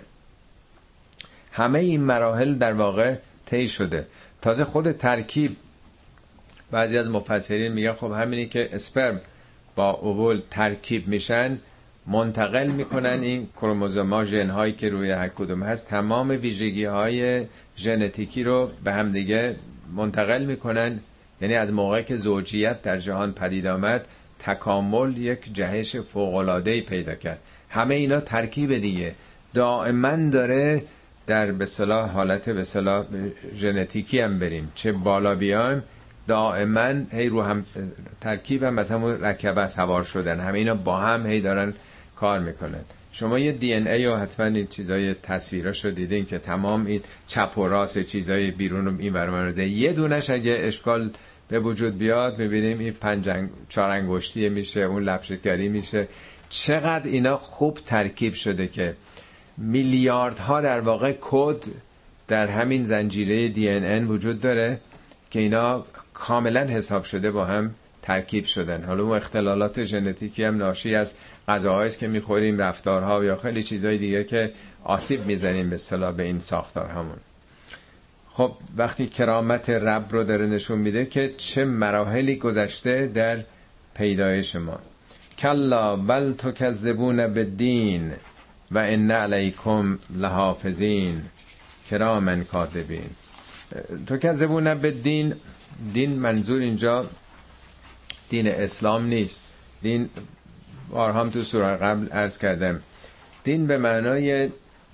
همه این مراحل در واقع طی شده. تازه خود ترکیب، بعضی از مفسرین میگن خب همینی که اسپرم با اوول ترکیب میشن، منتقل میکنن این کروموزوم‌ها، ژن هایی که روی هر کدوم هست، تمام ویژگی های ژنتیکی رو به هم دیگه منتقل میکنن. یعنی از موقعی که زوجیت در جهان پدید آمد، تکامل یک جهش فوق‌العاده‌ای پیدا کرد. همه اینا ترکیب دیگه، دائما داره در به اصطلاح حالت به اصطلاح ژنتیکی هم بریم، چه بالا بیایم، دائما هی رو هم ترکیب هم مثلا رکبه سوار شدن، همه اینا با هم هی دارن کار میکنن. شما یه دی ان ای و حتما این چیزای تصویراش رو دیدین که تمام این چپ و راست چیزای بیرون و این برمارزه، یه دونش اگه اشکال به وجود بیاد میبینیم این پنج چهار انگشتی میشه، اون لب شکری میشه. چقدر اینا خوب ترکیب شده که میلیاردها در واقع کد در همین زنجیره دی ان ان وجود داره که اینا کاملا حساب شده با هم ترکیب شدن. حالا اون اختلالات ژنتیکی هم ناشی از غذاهایی است که میخوریم، رفتارها یا خیلی چیزای دیگه که آسیب میزنیم به اصطلاح به این ساختارهامون. خب وقتی کرامت رب رو داره نشون میده که چه مراحلی گذشته در پیدایش ما. کلا بل تکذبون بالدین و ان علیکم لحافظین کراما کاتبین. تکذبون بالدین، دین منظور اینجا دین اسلام نیست. دین بارها هم تو سوره قبل عرض کردم، دین به معنای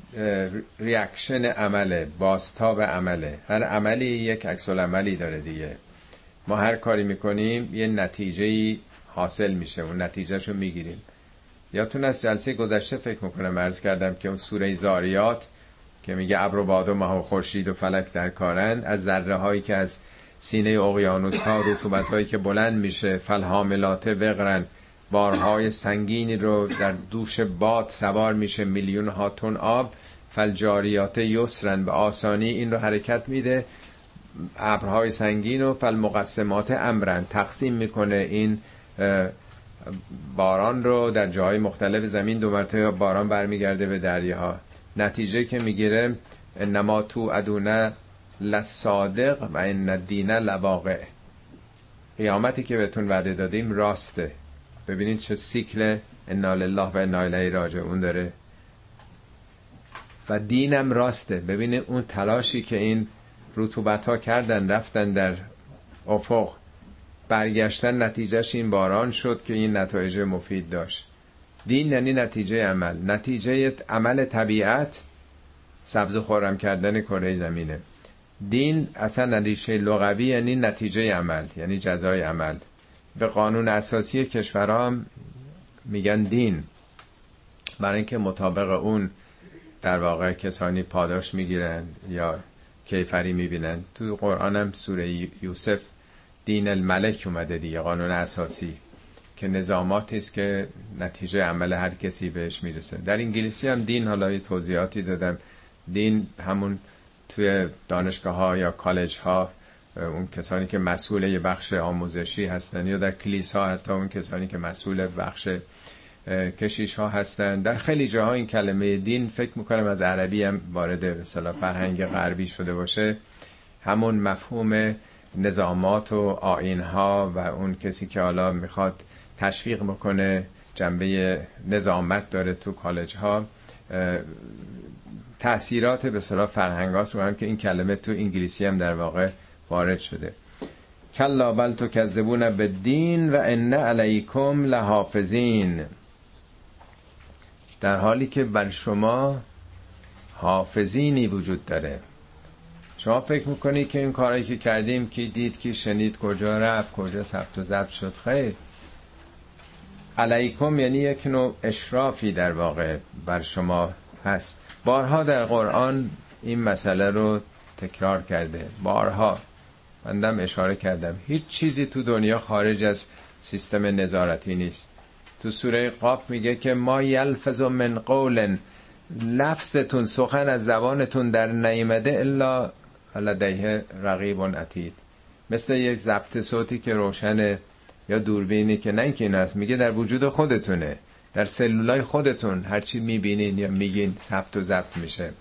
ریاکشن عمله، بازتاب عمله. هر عملی یک عکس العملی داره دیگه. ما هر کاری میکنیم یه نتیجه‌ای حاصل میشه، اون نتیجهشو میگیریم. یادتون از جلسه گذشته فکر میکنم عرض کردم که اون سوره زاریات که میگه ابر و باد و ماه و خورشید و فلک در کارن، از ذره هایی که از سینه اقیانوس ها، رطوبت هایی که بلند میشه، فالحاملات وقرن، بارهای سنگینی رو در دوش باد سوار میشه، میلیون ها تن آب، فالجاریات یسرن، به آسانی این رو حرکت میده. ابرهای سنگین و فالمقسمات امرن، تقسیم میکنه این باران رو در جاهای مختلف زمین، دو مرتبه باران برمیگرده به دریاها. نتیجه که میگیره انما توعدون لصادق و ان الدین لواقع، قیامتی که بهتون وعده دادیم راسته. ببینید چه سیکل انا لله و انا الیه راجعون داره و دینم راسته. ببینید اون تلاشی که این رطوبت ها کردن، رفتن در افق، برگشتن نتیجهش این باران شد که این نتایج مفید داشت. دین یعنی نتیجه عمل، نتیجه عمل طبیعت سبز و خرم کردن کره زمینه. دین اصلا ریشه لغوی یعنی نتیجه عمل، یعنی جزای عمل. به قانون اساسی کشورها هم میگن دین، برای اینکه مطابق اون در واقع کسانی پاداش میگیرن یا کیفری میبینن. تو قرآن هم سوره یوسف دین الملک اومده دیگه، قانون اساسی که نظاماتی است که نتیجه عمل هر کسی بهش میرسه. در انگلیسی هم دین، حالا یه توضیحاتی دادم، دین همون توی دانشگاه ها یا کالج ها اون کسانی که مسئول یه بخش آموزشی هستن، یا در کلیسا حتی اون کسانی که مسئول بخش کشیش ها هستن. در خیلی جاها این کلمه دین فکر میکنم از عربی هم وارد به اصطلاح فرهنگ غربی شده باشه. همون مفهوم نظامات و آیین ها و اون کسی که حالا میخواد تشویق بکنه جنبه نظامت داره تو کالج ها، تأثیرات به اصطلاح فرهنگ هاست رو هم که این کلمه تو انگلیسی هم در واقع وارد شده. کلا بل تکذبون بالدین و ان علیکم لحافظین، در حالی که بر شما حافظینی وجود داره. شما فکر میکنی که این کارایی که کردیم، کی دید، کی شنید، کجا رفت، کجا ثبت و ضبط شد؟ خیر. علیکم یعنی یک نوع اشرافی در واقع بر شما هست. بارها در قرآن این مسئله رو تکرار کرده، بارها مندم اشاره کردم. هیچ چیزی تو دنیا خارج از سیستم نظارتی نیست. تو سوره قاف میگه که ما یلفظ من قول، لفظتون، سخن از زبانتون در نیامده الا لدیه رقیب عتید. مثل یک ضبط صوتی که روشنه یا دوربینی که نه اینکه این است، میگه در وجود خودتونه، در سلولای خودتون هرچی میبینین یا میگین ثبت و ضبط میشه.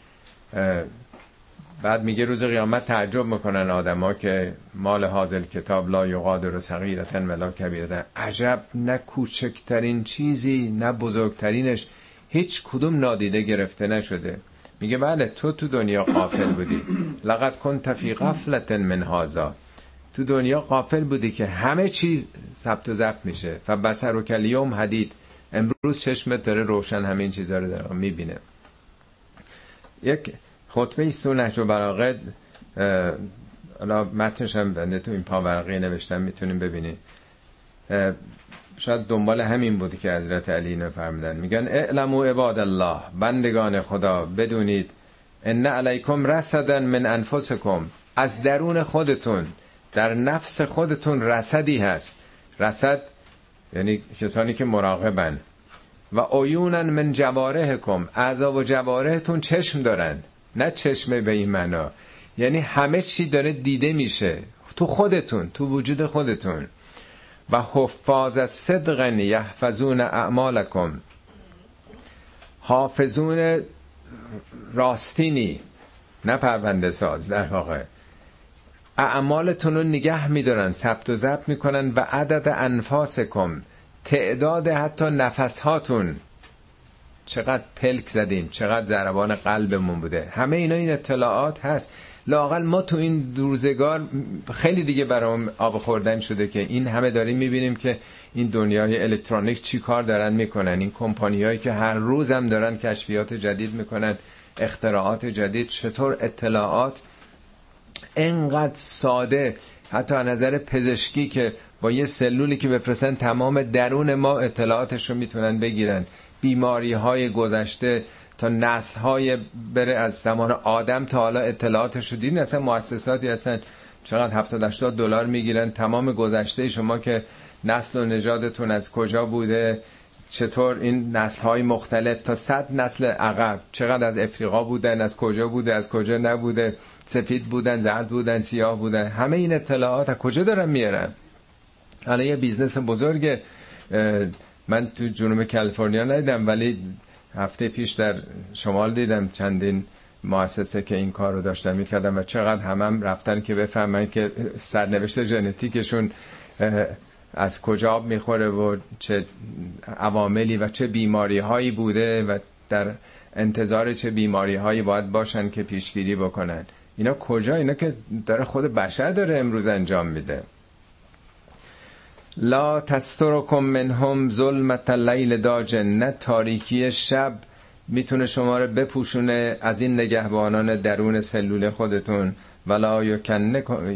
بعد میگه روز قیامت تعجب میکنن آدما که مال حاضر کتاب لا یغادر صغیرة ولا کبیرة، عجب، نه کوچکترین چیزی نه بزرگترینش هیچ کدوم نادیده گرفته نشده. میگه بله تو تو دنیا غافل بودی، لقد كنت فی غفلة من هذا، تو دنیا غافل بودی که همه چیز ثبت و ضبط میشه. فبصرک الیوم حدید، امروز چشمت داره روشن همین چیزا رو داره میبینه. یک خطبه است تو نهج البلاغه، حالا متنش هم بنده تو این پاورقی نوشتم، میتونیم ببینید. شاید دنبال همین بودی که حضرت علی اینو فرمودن. میگن اعلموا عباد الله، بندگان خدا بدونید، ان علیکم رصدا من انفسکم، از درون خودتون، در نفس خودتون رصدی هست. رصد یعنی کسانی که مراقبن. و عیونا من جوارحکم، اعضا و جوارحتون چشم دارن، نه چشم به این معنا، یعنی همه چی داره دیده میشه تو خودتون، تو وجود خودتون. و حفاظ صدق یحفظون اعمالکم، حافظون راستینی، نه پرونده ساز، در واقع اعمالتون رو نگه میدارن، ثبت و ضبط میکنن. و عدد انفاسکم، تعداد حتی نفس هاتون، چقدر پلک زدیم، چقدر ضربان قلبمون بوده، همه اینا این اطلاعات هست. لااقل ما تو این روزگار خیلی دیگه برام آب خوردن شده که این همه داریم میبینیم که این دنیای الکترونیک چی کار دارن میکنن، این کمپانیایی که هر روز هم دارن کشفیات جدید میکنن، اختراعات جدید، چطور اطلاعات انقدر ساده، حتی از نظر پزشکی که با یه سلولی که بفرستن تمام درون ما اطلاعاتش رو میتونن بگیرن. بیماری های گذشته تا نسل های بره، از زمان آدم تا حالا اطلاعاتش رو دیدین. اصلا مؤسساتی هستن چقدر هفتاد هشتاد دلار میگیرن تمام گذشته شما که نسل و نژادتون از کجا بوده، چطور این نسل‌های مختلف تا صد نسل عقب چقدر از افریقا بودن، از کجا بوده، از کجا نبوده، سفید بودن، زرد بودن، سیاه بودن، همه این اطلاعات از کجا دارن میارن؟ الان یه بیزنس بزرگ من تو جنوب کالیفرنیا ندیدم، ولی هفته پیش در شمال دیدم چندین مؤسسه که این کار رو داشتن میکردن و چقدر همم هم رفتن که بفهمن که سرنوشت ژنتیکشون از کجا آب میخوره و چه عواملی و چه بیماری هایی بوده و در انتظار چه بیماری هایی باید باشن که پیشگیری بکنن. اینا کجا؟ اینا که داره خود بشر داره امروز انجام میده. لا تسترکم منهم ظلمت اللیل داجن، نه تاریکی شب میتونه شما رو بپوشونه از این نگهبانان درون سلول خودتون. ولا یکنکم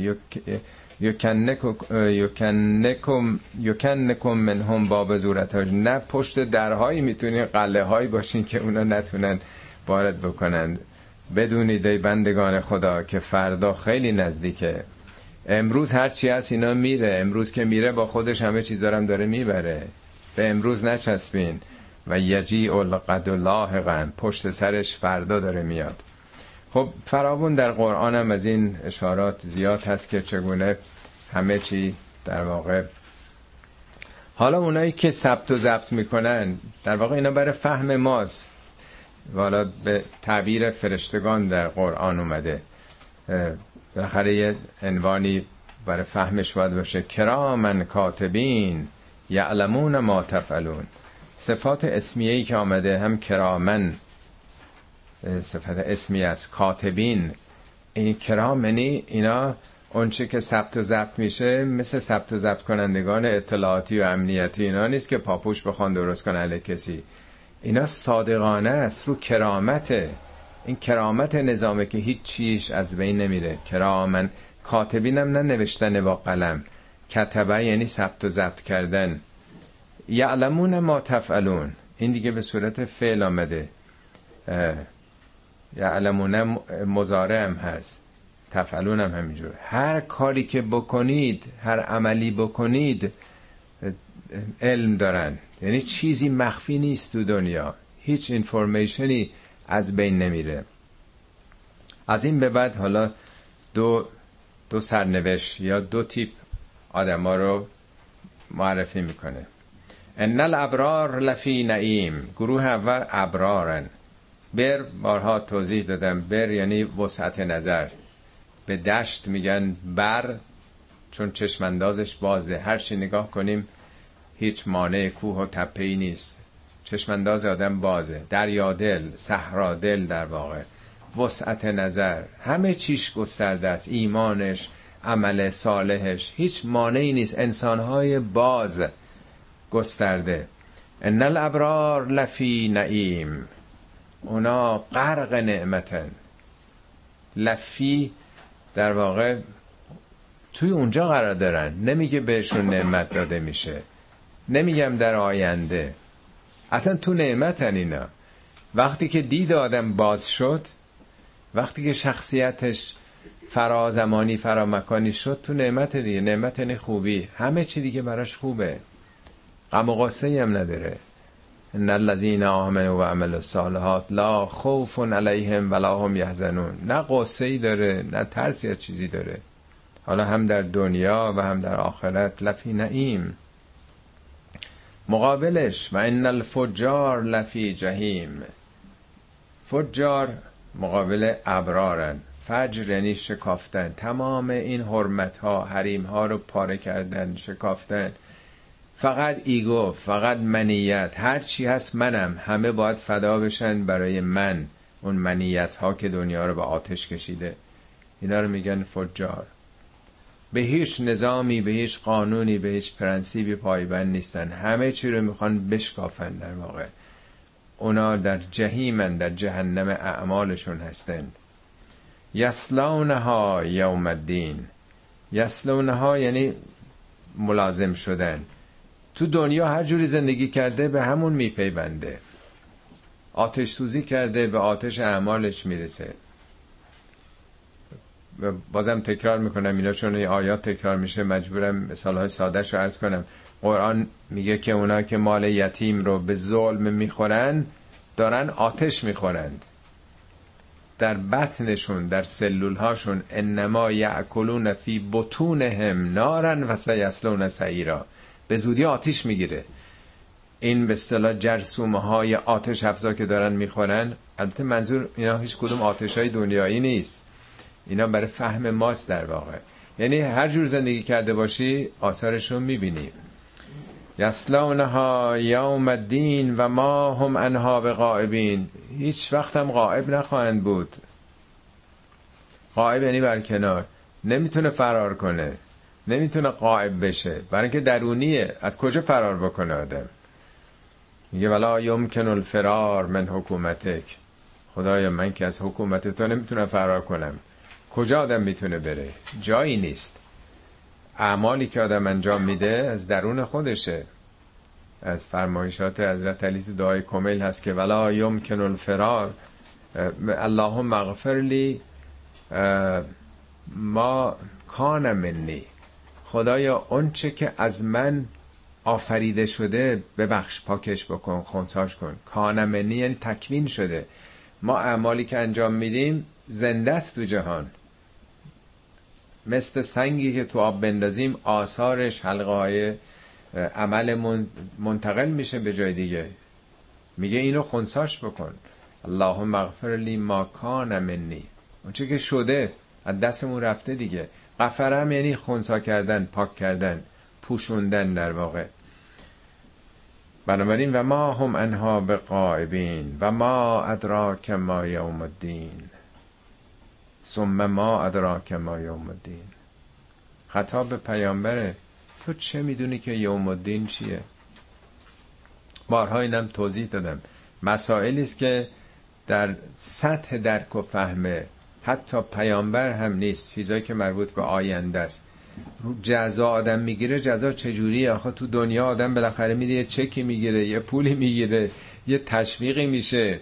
یکنکم یکنکم منهم باب زورتاج، نه پشت درهایی میتونین قلعه هایی باشین که اونا نتونن وارد بکنن. بدونید ای بندگان خدا که فردا خیلی نزدیکه. امروز هر چی هست اینا میره، امروز که میره با خودش همه چیزا هم داره میبره. به امروز نچسبین. و یجیء الغد لاحقا، پشت سرش فردا داره میاد. خب فراوون در قرآن هم از این اشارات زیاد هست که چگونه همه چی در واقع. حالا اونایی که ثبت و ضبط میکنن در واقع اینا برای فهم ماست، والا به تعبیر فرشتگان در قرآن اومده. بالاخره یه عنوانی برای فهمش باید باشه. کرامن کاتبین یعلمون ما تفعلون. صفات اسمیه‌ای که آمده هم کرامن صفت اسمی است، کاتبین این کرام یعنی اینا اونچه که ثبت و ضبط میشه مثل ثبت و ضبط کنندگان اطلاعاتی و امنیتی اینا نیست که پاپوش بخوان درست کنه علی کسی. اینا صادقانه است، رو کرامته. این کرامت نظامه که هیچ چیش از بین نمیره. کرامن کاتبین هم نه نوشتن با قلم، کتبه یعنی ثبت و ضبط کردن. یعلمون ما تفعلون، این دیگه به صورت فعل آمده. یعلمون مضارع هم هست، تفعلون هم همینجور. هر کاری که بکنید، هر عملی بکنید علم دارن، یعنی چیزی مخفی نیست تو دنیا، هیچ اینفورمیشنی از بین نمیره. از این به بعد حالا دو دو سرنوشت یا دو تیپ آدما رو معرفی میکنه. ان الابرار لفی نعیم، گروه اول ابرارن. بر بارها توضیح دادم، بر یعنی وسعت نظر. به دشت میگن بر چون چشم اندازش بازه، هر چی نگاه کنیم هیچ مانع کوه و تپه‌ای نیست، چشم انداز آدم بازه. دریا دل، صحرا دل، در واقع وسعت نظر، همه چیش گسترده است، ایمانش، عمل صالحش، هیچ مانعی نیست. انسانهای باز گسترده. ان الابرار لفی نعیم، اونا غرق نعمتن. لفی در واقع توی اونجا قرار دارن، نمیگه بهشون نعمت داده میشه، نمیگم در آینده، اصلا تو نعمتن اینا. وقتی که دید آدم باز شد، وقتی که شخصیتش فرازمانی فرامکانی شد، تو نعمت دیگه. نعمت یعنی خوبی، همه چی دیگه براش خوبه، غم و غصه‌ای هم نداره. ان الذين آمنوا و عملوا الصالحات لا خوف علیهم ولا هم یحزنون. نه غصه‌ای داره نه ترسی از چیزی داره. حالا هم در دنیا و هم در آخرت لفی نعیم. مقابلش و ان الفجار لفی جهیم. فجار مقابل ابرارن. فجر یعنی شکافتن، تمام این حرمت ها حریم ها رو پاره کردن، شکافتن. فقط ایگو، فقط منیت، هر چی هست منم، همه باید فدا بشن برای من. اون منیت ها که دنیا رو به آتش کشیده، اینا رو میگن فجار. به هیچ نظامی، به هیچ قانونی، به هیچ پرنسیبی پایبند نیستن، همه چی رو میخوان بشکافن. در واقع اونا در جهیمن، در جهنم اعمالشون هستند. یصلونها یوم الدین. یصلونها یعنی ملازم شدن. تو دنیا هر جوری زندگی کرده به همون میپیونده، آتش سوزی کرده به آتش اعمالش میرسه. بازم تکرار میکنم اینا چون این آیات تکرار میشه مجبورم مثالهای سادهش رو عرض کنم. قرآن میگه که اونا که مال یتیم رو به ظلم میخورن دارن آتش میخورند در بطنشون، در سلول هاشون. انما یأکلون فی بطونهم نارا و سیصلون سعیرا. به زودی آتش میگیره. این به اصطلاح جرثومه های آتش افزا که دارن میخورن، البته منظور اینا هیچ کدوم آتش های دنیایی نیست، اینا برای فهم ماست در واقع. یعنی هر جور زندگی کرده باشی آثارش رو میبینی. یصلونها یوم الدین و ما هم عنها بغائبین. هیچ وقت هم غائب نخواهند بود. غائب یعنی برکنار، نمیتونه فرار کنه، نمیتونه غائب بشه، برای اینکه درونیه. از کجا فرار بکنه آدم؟ میگه ولا یمکن الفرار من حکومتک. خدایا من که از حکومت تو نمیتونم فرار کنم. کجا آدم میتونه بره؟ جایی نیست. اعمالی که آدم انجام میده از درون خودشه. از فرمایشات حضرت علی تو دعای کمیل هست که ولا یمکن الفرار، اللهم اغفر لی ما کان منی. خدایا اون چه که از من آفریده شده ببخش، پاکش بکن، خنثاش کن. کان منی یعنی تکوین شده. ما اعمالی که انجام میدیم زنده است تو جهان، مثل سنگی که تو آب بندازیم آثارش، حلقه های عملمون منتقل میشه به جای دیگه. میگه اینو خنثاش بکن. اللهم اغفر لی ما کان منی، اون چه که شده از دستمون رفته دیگه. غفرم یعنی خنثی کردن، پاک کردن، پوشوندن در واقع. بنابراین و ما هم عنها بغائبین و ما ادراک ما یوم الدین ثم ما ادراک ما یوم الدین. خطاب به پیامبره، تو چه میدونی که یوم الدین چیه؟ بارها اینم توضیح دادم. مسائلی است که در سطح درک و فهم حتی پیامبر هم نیست، چیزایی که مربوط به آینده است. جزا آدم میگیره، جزا چجوریه؟ آخه تو دنیا آدم بالاخره میره یه چکی میگیره، یه پولی میگیره، یه تشویقی میشه.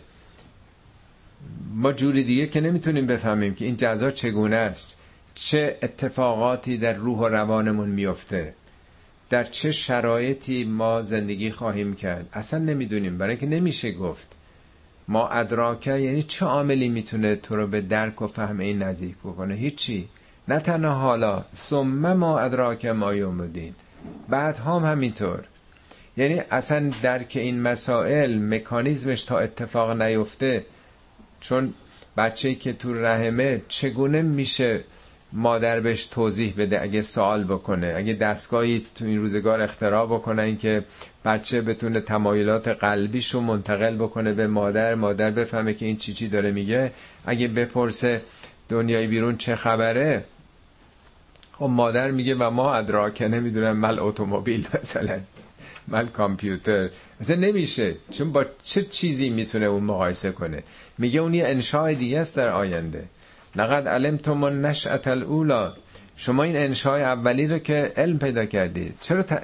ما جوری دیگه که نمیتونیم بفهمیم که این جزا چگونه است، چه اتفاقاتی در روح و روانمون میفته، در چه شرایطی ما زندگی خواهیم کرد. اصلا نمیدونیم، برای اینکه نمیشه گفت. ما ادراکه یعنی چه عاملی میتونه تو رو به درک و فهم این نزدیک بکنه؟ هیچی. نه تنها حالا، ثم ما ادراک ما یوم الدین، بعد هم همینطور. یعنی اصلا درک این مسائل مکانیزمش تا اتفاق نیفته، چون بچه‌ای که تو رحمه چگونه میشه مادر بهش توضیح بده اگه سوال بکنه، اگه دستگاهی تو این روزگار اختراع بکنن که بچه بتونه تمایلات قلبیشو منتقل بکنه به مادر، مادر بفهمه که این چی چی داره میگه، اگه بپرسه دنیای بیرون چه خبره، خب مادر میگه و ما ادراکه، نمیدونم، مل اتومبیل مثلا، مل کامپیوتر. اصلا نمیشه، چون با چه چیزی میتونه اون مقایسه کنه؟ میگه اون یه انشاء دیگه است در آینده. لقد علمتم النشأة الاولی، شما این انشاء اولی رو که علم پیدا کردید، چرا ت...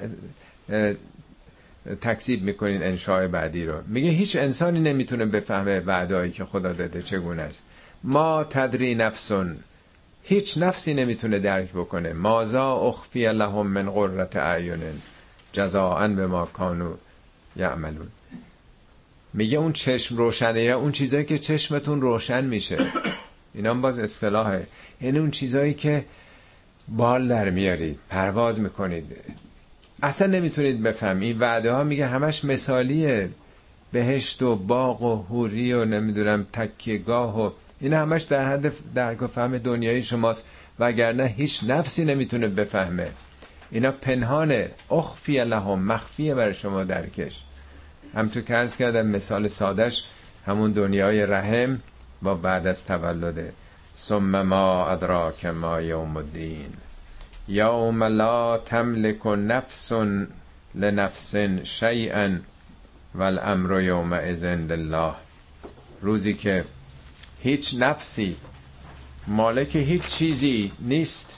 تکذیب میکنین انشاء بعدی رو؟ میگه هیچ انسانی نمیتونه بفهمه وعده‌ای که خدا داده چگونه است. ما تدری نفسون، هیچ نفسی نمیتونه درک بکنه. مازا اخفی لهم من قرة اعین جزاء بما کانوا یعملون. میگه اون چشم روشنه، یا اون چیزایی که چشمتون روشن میشه، اینا هم باز اصطلاحه، یعنی اون چیزایی که بال در میارید، پرواز میکنید، اصلا نمیتونید بفهمید. این وعده ها میگه همش مثالیه، بهشت و باغ و حوری و نمیدونم تکیهگاه و اینا همش در حد درک و فهم دنیای شماست، وگرنه هیچ نفسی نمیتونه بفهمه. اینا پنهانه، اخفی لهم، مخفیه برای شما درکش. هم تو که عرض کردم مثال سادش همون دنیای رحم با بعد از تولده. ثم ما ادراک ما یوم الدین یوم لا تملک نفس لنفس شیئا والامر یومئذ لله. روزی که هیچ نفسی مالک هیچ چیزی نیست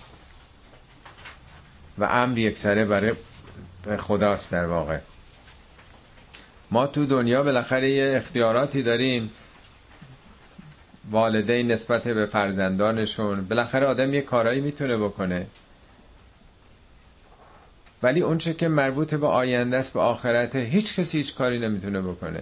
و امر یکسره برای خداست. در واقع ما تو دنیا بالاخره یه اختیاراتی داریم، والدین نسبت به فرزندانشون، بالاخره آدم یه کارایی میتونه بکنه. ولی اون چه که مربوط به آینده است، به آخرت، هیچ کسی هیچ کاری نمیتونه بکنه.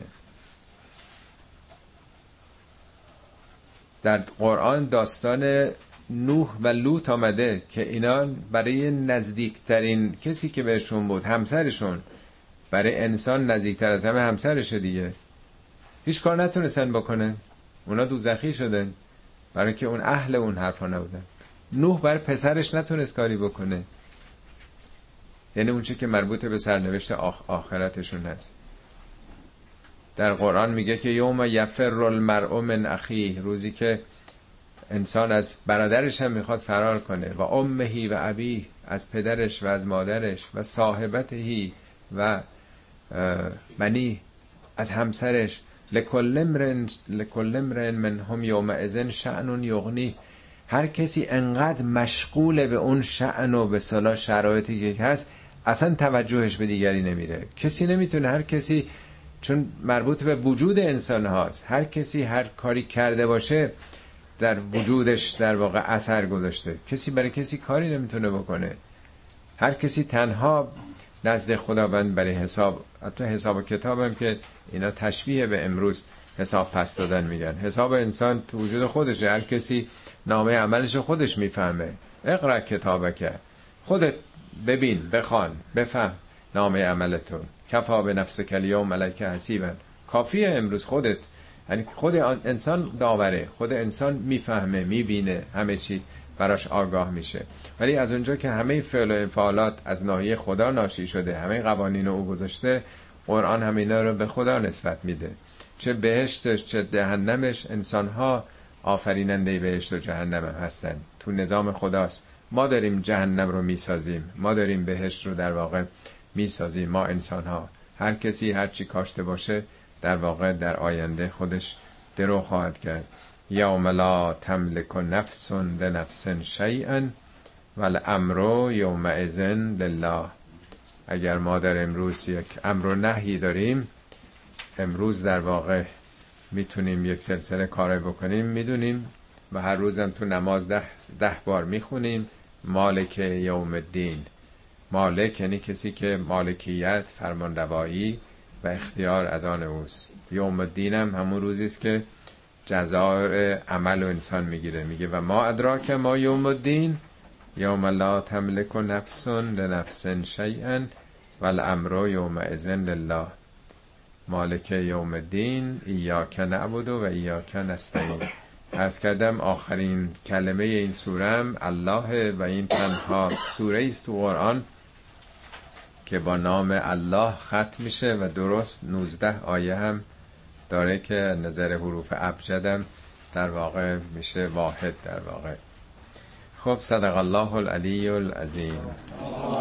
در قرآن داستان نوح و لوط آمده که اینا برای نزدیکترین کسی که بهشون بود، همسرشون، برای انسان نزدیکتر از همه همسرشه دیگه، هیچ کار نتونستن بکنن، اونا دوزخی شدن برای که اون اهل اون حرفا نبودن. نوح برای پسرش نتونست کاری بکنه، یعنی اون چه که مربوط به سرنوشت آخ آخرتشون هست. در قرآن میگه که یوم یفر المرء من اخیه، روزی که انسان از برادرش هم میخواد فرار کنه، و امهی و ابیه، از پدرش و از مادرش، و صاحبتهی و بنی، از همسرش، لکل امرئ لکل امرئ منهم یومئذ شأن یغنی. هر کسی انقدر مشغول به اون شأن و به صلاح شرایطی که هست اصلا توجهش به دیگری نمیره. کسی نمیتونه، هر کسی، چون مربوط به وجود انسان هاست، هر کسی هر کاری کرده باشه در وجودش در واقع اثر گذاشته. کسی برای کسی کاری نمیتونه بکنه، هر کسی تنها نزد خداوند برای حساب. حتی حساب و کتاب هم که اینا تشبیه به امروز حساب پس دادن میگن، حساب انسان تو وجود خودشه، هر کسی نامه عملش خودش میفهمه. اقرا کتابک، خودت ببین، بخوان، بفهم نامه عملتون. کفا به نفسک الیوم علیک حسیبا، کافیه امروز خودت، یعنی خود انسان داوره، خود انسان میفهمه، میبینه، همه چی براش آگاه میشه. ولی از اونجا که همه فعل و انفعالات از ناحیه خدا ناشی شده، همه قوانین او گذاشته، قرآن همینا رو به خدا نسبت میده. چه بهشتش چه جهنمش، انسانها آفریننده بهشت و جهنم هم هستن، تو نظام خداست. ما داریم جهنم رو میسازیم، ما داریم بهشت رو در واقع میسازیم. ما انسان ها، هر کسی هر چی کاشته باشه در واقع در آینده خودش درو خواهد کرد. یوم لا تملک نفس لنفس شیئا والامر یومئذ لله. اگر ما در امروز یک امر و نهی داریم، امروز در واقع میتونیم یک سلسله کار بکنیم، میدونیم و هر روزم تو نماز ده, ده بار میخونیم مالک یوم الدین. مالک یعنی کسی که مالکیت، فرمانروایی و اختیار از آن اوست. یوم الدین هم همون روزی است که جزای عمل و انسان میگیره. میگه و ما ادراک ما یوم الدین یوم لا تملک نفس لنفس شیئا والامر یومئذ لله. مالک یوم الدین ایاک نعبد و ایاک نستعین. عرض کردم آخرین کلمه این سوره هم الله و این تنها سوره است تو قرآن که با نام الله ختم میشه و درست نوزده آیه هم داره که نظر حروف ابجدم در واقع میشه واحد در واقع. خب صدق الله العلی العظیم.